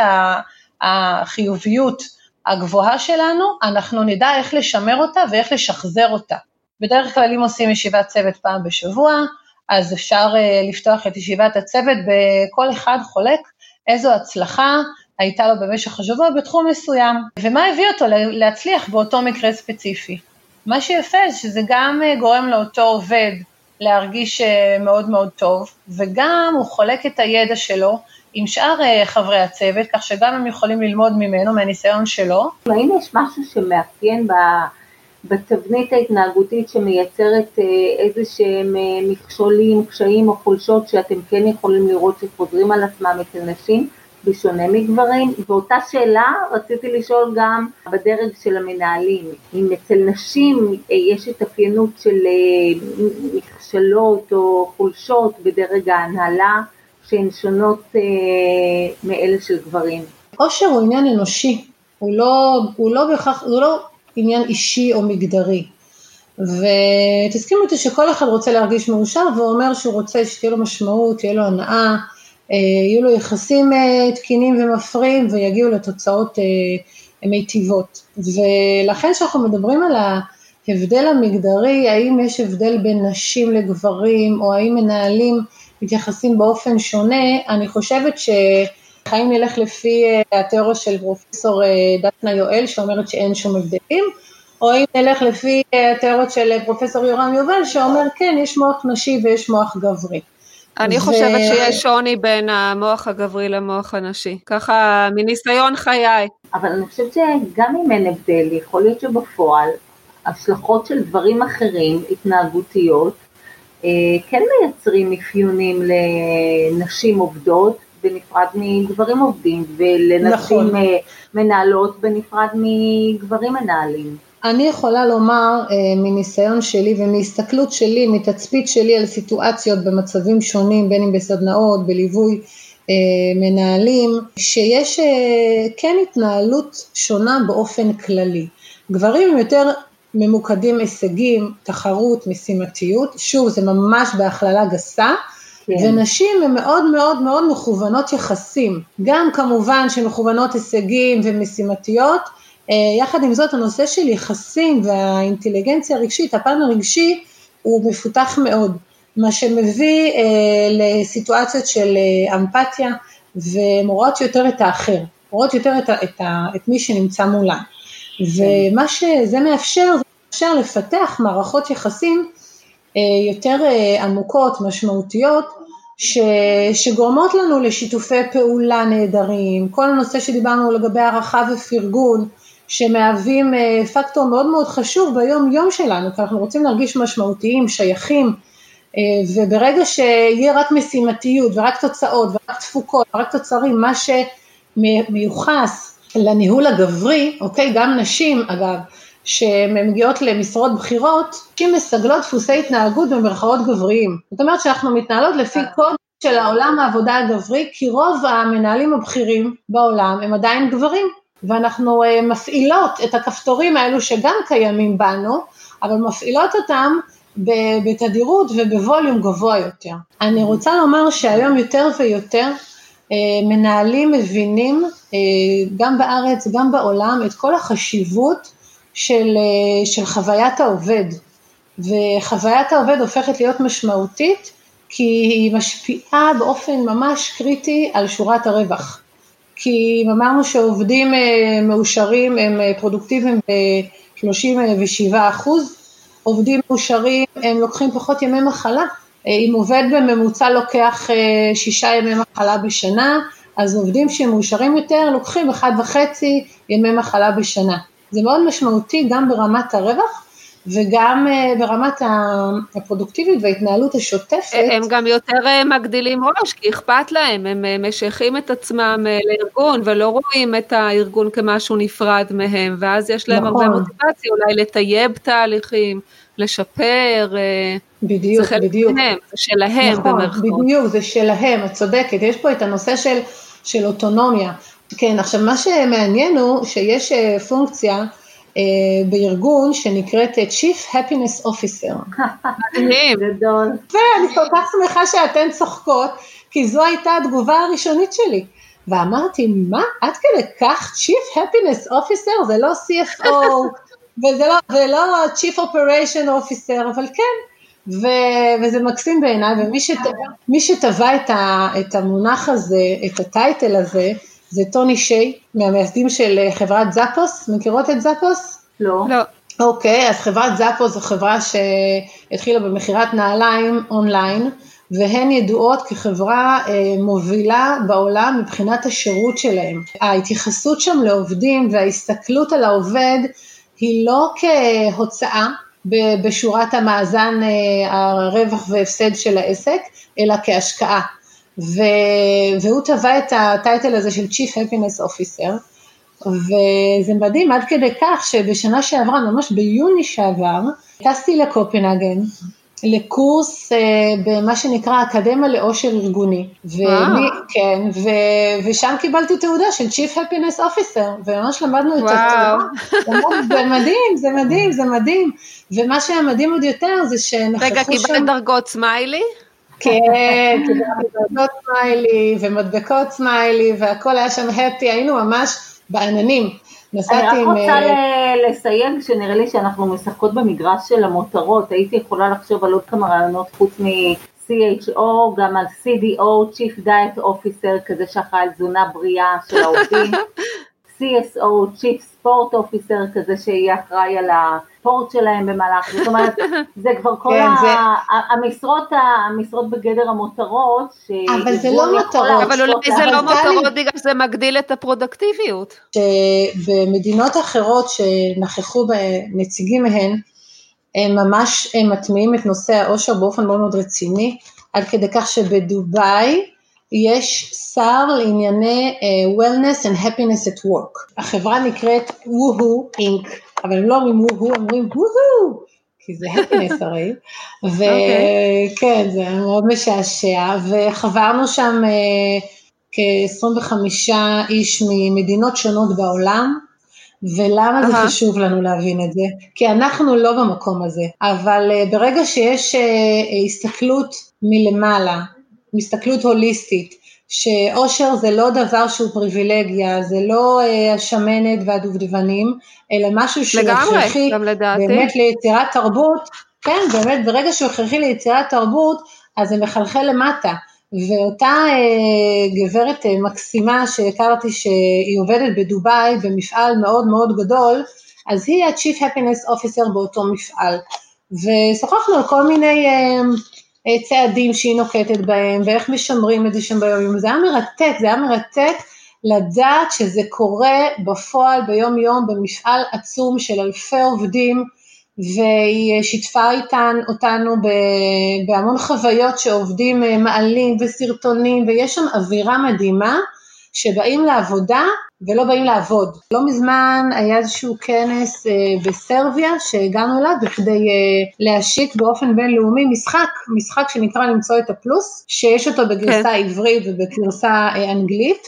החיוביות הגבוהה שלנו, אנחנו נדע איך לשמר אותה ואיך לשחזר אותה. בדרך כלל אם עושים ישיבת צוות פעם בשבוע, אז אפשר לפתוח את ישיבת הצוות בכל אחד חולק איזו הצלחה הייתה לו במשך השבוע בתחום מסוים, ומה הביא אותו להצליח באותו מקרה ספציפי. מה שיפה שזה גם גורם לאותו עובד להרגיש מאוד מאוד טוב, וגם הוא חולק את הידע שלו עם שאר חברי הצוות, כך שגם הם יכולים ללמוד ממנו, מהניסיון שלו. האם יש משהו שמאפיין בתבנית ההתנהגותית שמייצרת איזה שהם מכשולים, קשיים או חולשות שאתם כן יכולים לראות שחוזרים על עצמם אצל נשים בשונה מגברים? ואותה שאלה רציתי לשאול גם בדרג של המנהלים, אם אצל נשים יש התאפיינות של מכשלות או חולשות בדרג ההנהלה שהן שונות מאלה של גברים. עושר הוא עניין אנושי, הוא לא עניין אישי או מגדרי, ותסכימו אותי שכל אחד רוצה להרגיש מאושר, והוא אומר שהוא רוצה שתהיה לו משמעות, תהיה לו הנאה, יהיו לו יחסים תקינים ומפרים, ויגיעו לתוצאות מיטיבות. ולכן שאנחנו מדברים על ההבדל המגדרי, האם יש הבדל בין נשים לגברים, או האם מנהלים מתייחסים באופן שונה, אני חושבת האם נלך לפי התיאוריה של פרופסור דפנה יואל, שאומרת שאין שום הבדלים, או האם נלך לפי התיאוריה של פרופסור יורם יובל, שאומר כן, יש מוח נשי ויש מוח גברי. אני חושבת שיש שוני בין המוח הגברי למוח הנשי, ככה מניסיון חיי. אבל אני חושבת שגם אם אין הבדל, יכול להיות שבפועל, השלכות של דברים אחרים, התנהגותיות, כן מייצרים אפיונים לנשים עובדות, בנפרד מגברים עובדים, ולנשים מנהלות בנפרד מגברים מנהלים. אני יכולה לומר מניסיון שלי ומהסתכלות שלי, מתצפית שלי על סיטואציות במצבים שונים, בין אם בסדנאות, בליווי מנהלים, שיש כן התנהלות שונה באופן כללי. גברים הם יותר ממוקדים הישגים, תחרות, משימתיות, שוב זה ממש בהכללה גסה, ונשים הן מאוד מאוד מאוד מכוונות יחסים, גם כמובן שמכוונות הישגים ומשימתיות, יחד עם זאת הנושא של יחסים והאינטליגנציה הרגשית, הפן הרגשי הוא מפותח מאוד, מה שמביא לסיטואציות של אמפתיה, ומורות יותר את האחר, מורות יותר את מי שנמצא מולה, ומה שזה מאפשר לפתח מערכות יחסים יותר עמוקות, משמעותיות, שגורמות לנו לשיתופי פעולה נהדרים, כל הנושא שדיברנו לגבי הערכה ופרגון, שמהווים פקטור מאוד מאוד חשוב ביום יום שלנו, כי אנחנו רוצים להרגיש משמעותיים, שייכים, וברגע שיהיה רק משימתיות ורק תוצאות ורק תפוקות ורק תוצרים, מה שמיוחס לניהול הגברי, אוקיי, גם נשים אגב, שמגיעות למשרות בחירות, שמסגלות דפוסי התנהגות במרכאות גבריים. זאת אומרת שאנחנו מתנהלות לפי קוד של העולם העבודה הגברי, כי רוב המנהלים הבכירים בעולם הם עדיין גברים, ואנחנו מפעילות את הכפתורים האלו שגם קיימים בנו, אבל מפעילות אותם בתדירות ובווליום גבוה יותר. אני רוצה לומר שהיום יותר ויותר מנהלים מבינים, גם בארץ, גם בעולם, את כל החשיבות של חוויית העובד, וחוויית העובד הופכת להיות משמעותית, כי היא משפיעה באופן ממש קריטי על שורת הרווח. כי אם אמרנו שעובדים מאושרים הם פרודוקטיביים ב-37%, עובדים מאושרים הם לוקחים פחות ימי מחלה. אם עובד בממוצע לוקח 6 ימי מחלה בשנה, אז עובדים שמאושרים יותר לוקחים 1.5 ימי מחלה בשנה. זה מאוד משמעותי גם ברמת הרווח, וגם ברמת הפרודוקטיבית וההתנהלות השוטפת. הם גם יותר מגדילים ראש, כי אכפת להם, הם משייכים את עצמם לארגון, ולא רואים את הארגון כמשהו נפרד מהם, ואז יש להם הרבה מוטיבציה, אולי לטייב תהליכים, לשפר, בדיוק, בדיוק. זה שלהם במרכאות. בדיוק, זה שלהם, את צודקת, יש פה את הנושא של אוטונומיה. כן, עכשיו מה שמעניין הוא שיש פונקציה, בארגון שנקראת Chief Happiness Officer. מדהים. גדול. ואני כל כך שמחה שאתן צוחקות, כי זו הייתה התגובה הראשונית שלי. ואמרתי, מה? עד כדי כך Chief Happiness Officer? זה לא CFO, וזה לא Chief Operation Officer, אבל כן. וזה מקסים בעיניי, ומי שטבע את המונח הזה, את הטייטל הזה, זה טוני שיי, מהמייסדים של חברת זאפוס, מכירות את זאפוס? לא. אוקיי, אז חברת זאפוס זו חברה שהתחילה במכירת נעליים אונליין, והן ידועות כחברה מובילה בעולם מבחינת השירות שלהם. ההתייחסות שם לעובדים וההסתכלות על העובד היא לא כהוצאה בשורת המאזן הרווח והפסד של העסק, אלא כהשקעה. והוא טבע את הטייטל הזה של Chief Happiness Officer, וזה מדהים עד כדי כך שבשנה שעברה, ממש ביוני שעבר, טסתי לקופנהגן, לקורס במה שנקרא אקדמיה לאושר ארגוני, כן, ושם קיבלתי תעודה של Chief Happiness Officer, וממש למדנו את התעודה, זה מדהים, ומה שהמדהים עוד יותר זה שנחכו שם... רגע, קיבלת דרגות סמיילי? כן, מדבקות סמיילי ומדבקות סמיילי והכל היה שם הפי, היינו ממש בעננים. אני רק רוצה לסיים, שנראה לי שאנחנו משחקות במגרש של המותרות, הייתי יכולה לחשוב על עוד כמה רעיונות חוץ מ-CHO, גם על CDO, Chief Diet Officer, כזה שאחראי על תזונה בריאה של העובדים, CSO, Chief Sport Officer, כזה שיהיה אחראי על הספורט שלהם במהלך, זאת אומרת, זה כבר כל המשרות בגדר המותרות, אבל זה לא מותרות. אבל אולי זה לא מותרות, בגלל שזה מגדיל את הפרודקטיביות. שבמדינות אחרות שנכחו בנציגים מהן, הם ממש מטמיעים את נושא האושר באופן מאוד מאוד רציני, עד כדי כך שבדובאי, יש שר לענייני wellness and happiness at work. החברה נקראת וואו אינק, אבל הם לא אומרים וואו, אומרים וואו, כי זה happiness הרי, וכן, זה מאוד משעשע, וחברנו שם כ-25 איש ממדינות שונות בעולם, ולמה זה חשוב לנו להבין את זה? כי אנחנו לא במקום הזה, אבל ברגע שיש הסתכלות מלמעלה, מסתכלות הוליסטית, שאושר זה לא דבר שהוא פריבילגיה, זה לא השמנת והדובדבנים, אלא משהו שהוא הכרחי באמת ליצירת תרבות, כן, באמת ברגע שהוא הכרחי ליצירת תרבות, אז זה מחלחל למטה, ואותה גברת מקסימה שהכרתי שהיא עובדת בדובאי, במפעל מאוד מאוד גדול, אז היא ה-Chief Happiness Officer באותו מפעל, ושוחחנו על כל מיני צעדים שהיא נוקטת בהם, ואיך משמרים את זה שם ביום, זה היה מרתק לדעת שזה קורה בפועל ביום יום, במפעל עצום של אלפי עובדים, והיא שיתפה אותנו בהמון חוויות שעובדים מעלים וסרטונים, ויש שם אווירה מדהימה, שבאים לעבודה ולא באים לעבוד. לא מזמן היה איזשהו כנס בסרביה שהגענו אליו בכדי להשיק באופן בינלאומי משחק שנקרא למצוא את הפלוס, שיש אותו בגרסה עברית ובגרסה אנגלית,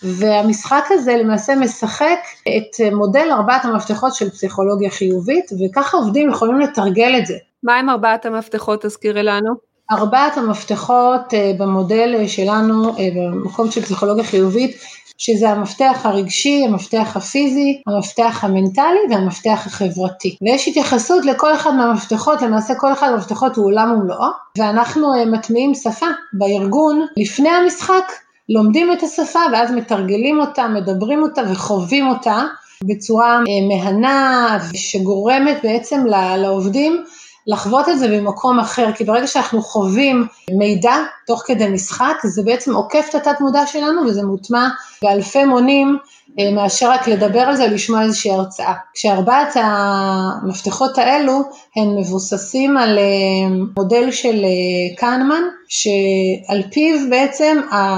והמשחק הזה למעשה משחק את מודל 4 המפתחות של פסיכולוגיה חיובית, וככה עובדים יכולים לתרגל את זה. מה עם 4 המפתחות, תזכירי לנו? 4 המפתחות במודל שלנו, במקום של פסיכולוגיה חיובית, שזה המפתח הרגשי, המפתח הפיזי, המפתח המנטלי והמפתח החברתי. ויש התייחסות לכל אחד מהמפתחות, למעשה כל אחד מהמפתחות הוא עולם ומלואו, ואנחנו מטמיעים שפה בארגון לפני המשחק, לומדים את השפה ואז מתרגלים אותה, מדברים אותה וחווים אותה בצורה מהנה שגורמת בעצם לעובדים לחוות את זה במקום אחר, כי ברגע שאנחנו חווים מידע תוך כדי משחק, זה בעצם עוקף את התת מודע שלנו, וזה מוטמע באלפי מונים, מאשר רק לדבר על זה, לשמוע איזושהי הרצאה. כשארבעת המפתחות האלו, הן מבוססים על מודל של קהנמן, שעל פיו בעצם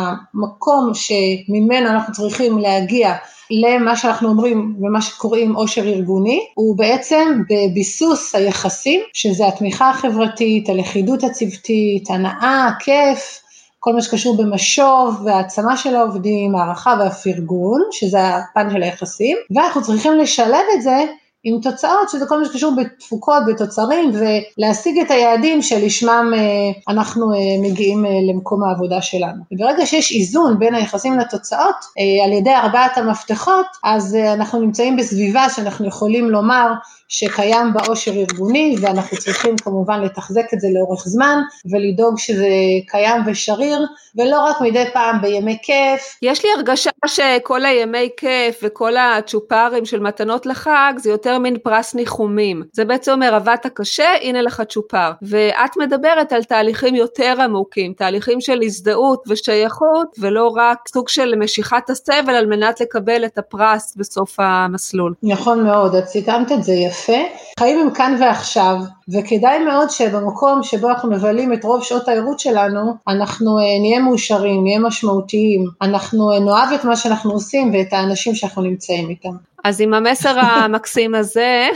המקום שממנו אנחנו צריכים להגיע, למה שאנחנו אומרים ומה שקוראים עושר ארגוני, הוא בעצם בביסוס היחסים, שזה התמיכה החברתית, הלכידות הצוותית, הנאה, כיף, כל מה שקשור במשוב והעצמה של העובדים, הערכה והפרגון, שזה הפן של היחסים, ואנחנו צריכים לשלב את זה עם תוצאות, שזה כל מה שקשור בתפוקות, בתוצרים, ולהשיג את היעדים שלשמם אנחנו מגיעים למקום העבודה שלנו. וברגע שיש איזון בין היחסים לתוצאות, על ידי 4 המפתחות, אז אנחנו נמצאים בסביבה שאנחנו יכולים לומר שקיים בעושר ארגוני, ואנחנו צריכים כמובן לתחזק את זה לאורך זמן, ולדאוג שזה קיים ושריר, ולא רק מדי פעם בימי כיף. יש לי הרגשה שכל הימי כיף וכל הצ'ופרים של מתנות לחג, זה יותר מין פרס ניחומים. זה בעצם אומר, עבדת קשה, הנה לך צ'ופר. ואת מדברת על תהליכים יותר עמוקים, תהליכים של הזדהות ושייכות, ולא רק סוג של משיכת הסבל על מנת לקבל את הפרס בסוף המסלול. נכון מאוד, את סיכמת את זה יפה. חיים הם כאן ועכשיו, וכדאי מאוד שבמקום שבו אנחנו מבלים את רוב שעות העירות שלנו, אנחנו נהיה מאושרים, נהיה משמעותיים, אנחנו נאהב את מה שאנחנו עושים ואת האנשים שאנחנו נמצאים איתם. אז עם המסר המקסים הזה,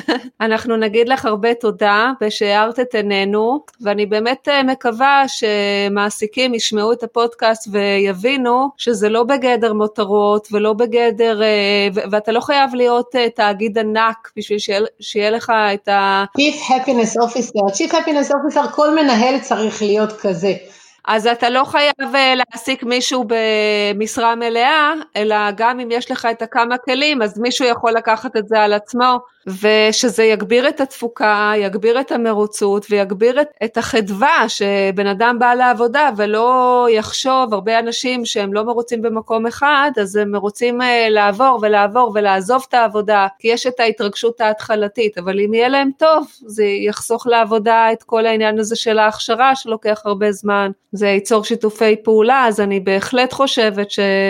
אנחנו נגיד לך הרבה תודה, ושהארת את עינינו, ואני באמת מקווה שמעסיקים ישמעו את הפודקאסט ויבינו שזה לא בגדר מותרות, ולא בגדר, ואתה לא חייב להיות תאגיד ענק, בשביל שיהיה לך את ה... Chief Happiness Officer, Chief Happiness Officer, כל מנהל צריך להיות כזה. אז אתה לא חייב להעסיק מישהו במשרה מלאה, אלא גם אם יש לך את הכמה כלים, אז מישהו יכול לקחת את זה על עצמו, ושזה יגביר את התפוקה, יגביר את המרוצות, ויגביר את החדווה שבן אדם בא לעבודה, ולא יחשוב, הרבה אנשים שהם לא מרוצים במקום אחד, אז הם רוצים לעבור ולעבור ולעזוב את העבודה, כי יש את ההתרגשות ההתחלתית, אבל אם יהיה להם טוב, זה יחסוך לעבודה את כל העניין הזה של ההכשרה, שלוקח הרבה זמן, זה ייצור שיתופי פעולה, אז אני בהחלט חושבת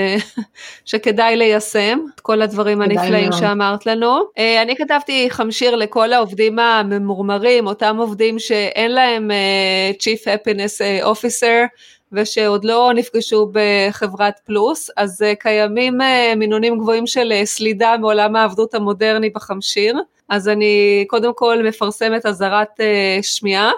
שכדאי ליישם את כל הדברים הנפלאים שאמרת לנו. אני כתבתי חמשיר לכל העובדים הממורמרים, אותם עובדים שאין להם Chief Happiness Officer, ושעוד לא נפגשו בחברת פלוס, אז קיימים מינונים גבוהים של סלידה מעולם העבדות המודרני בחמשיר, אז אני קודם כל מפרסמת אזהרת שמיעה,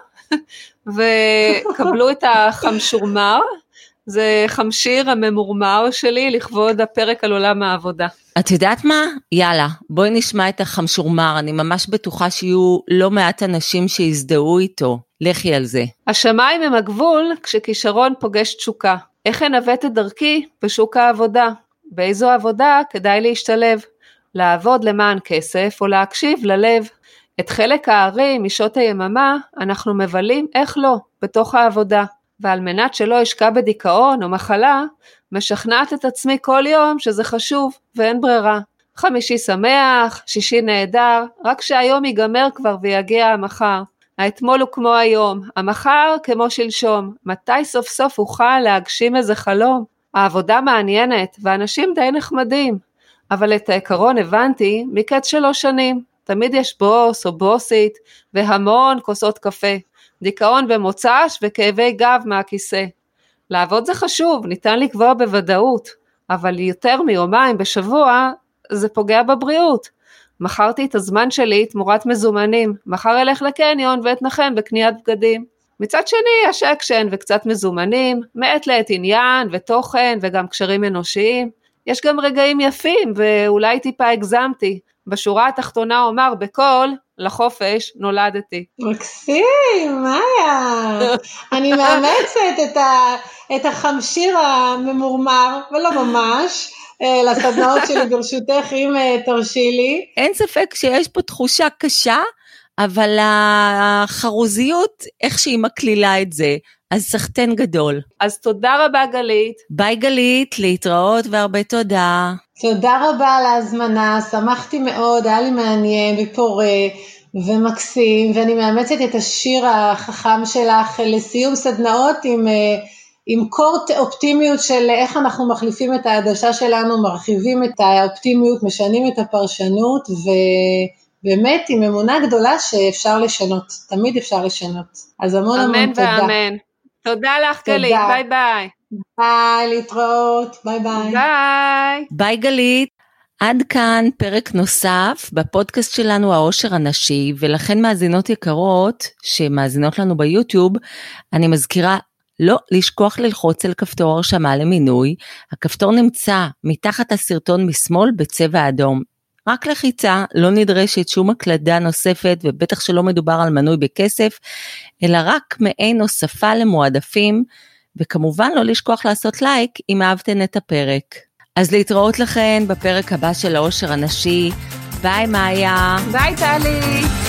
וקבלו את החמשורמר, זה חמשיר הממורמר שלי לכבוד הפרק על עולם העבודה. את יודעת מה? יאללה, בואי נשמע את החמשורמר, אני ממש בטוחה שיהיו לא מעט אנשים שיזדהו איתו, לכי על זה. השמיים הם הגבול כשכישרון פוגש תשוקה. איך אנווט את דרכי בשוק העבודה? באיזו עבודה כדאי להשתלב? לעבוד למען כסף או להקשיב ללב? את חלק הארי משעות היממה אנחנו מבלים, איך לא, בתוך העבודה. ועל מנת שלא אשקע בדיכאון או מחלה, משכנעת את עצמי כל יום שזה חשוב ואין ברירה. חמישי שמח, שישי נהדר, רק שהיום ייגמר כבר ויגיע המחר. האתמול הוא כמו היום, המחר כמו שלשום. מתי סוף סוף אוכל להגשים איזה חלום? העבודה מעניינת ואנשים די נחמדים, אבל את העיקרון הבנתי מקץ 3 שנים. תמיד יש בוס או בוסית, והמון כוסות קפה, דיכאון במוצ"ש וכאבי גב מהכיסא. לעבוד זה חשוב, ניתן לקבוע בוודאות, אבל יותר מיומיים בשבוע, זה פוגע בבריאות. מכרתי את הזמן שלי תמורת מזומנים, מחר אלך לקניון ואתנחם בקניית בגדים. מצד שני, יש אקשן וקצת מזומנים, מעת לעת עניין ותוכן וגם קשרים אנושיים. יש גם רגעים יפים ואולי טיפה הגזמתי. בשורה התחתונה אומר בקול, לחופש נולדתי. מקסים, מאיה. אני מאמצת את החמשיר הממורמר, ולא ממש, לסדנאות שלי ברשותך, אם תרשי לי. אין ספק שיש פה תחושה קשה, אבל החרוזיות, איך שהיא מקלילה את זה, אז סחטן גדול. אז תודה רבה גלית. ביי גלית, להתראות והרבה תודה. תודה רבה על ההזמנה, שמחתי מאוד, היה לי מעניין ופורה ומקסים, ואני מאמצת את השיר החכם שלך לסיום סדנאות עם קור אופטימיות של איך אנחנו מחליפים את העדשה שלנו, מרחיבים את האופטימיות, משנים את הפרשנות, ובאמת עם אמונה גדולה שאפשר לשנות, תמיד אפשר לשנות. אז המון המון תודה. אמן ואמן. תודה לך גלית, ביי ביי. ביי, להתראות, ביי ביי. ביי. ביי גלית. עד כאן פרק נוסף בפודקאסט שלנו העושר הנשי, ולכן מאזינות יקרות שמאזינות לנו ביוטיוב, אני מזכירה לא לשכוח ללחוץ על כפתור הרשמה למינוי, הכפתור נמצא מתחת הסרטון משמאל בצבע אדום. רק לחיצה, לא נדרשת שום הקלדה נוספת, ובטח שלא מדובר על מנוי בכסף, אלא רק מעין נוספה למועדפים, וכמובן לא לשכוח לעשות לייק אם אהבתן את הפרק. אז להתראות לכן בפרק הבא של העושר הנשי. ביי מאיה. ביי טלי.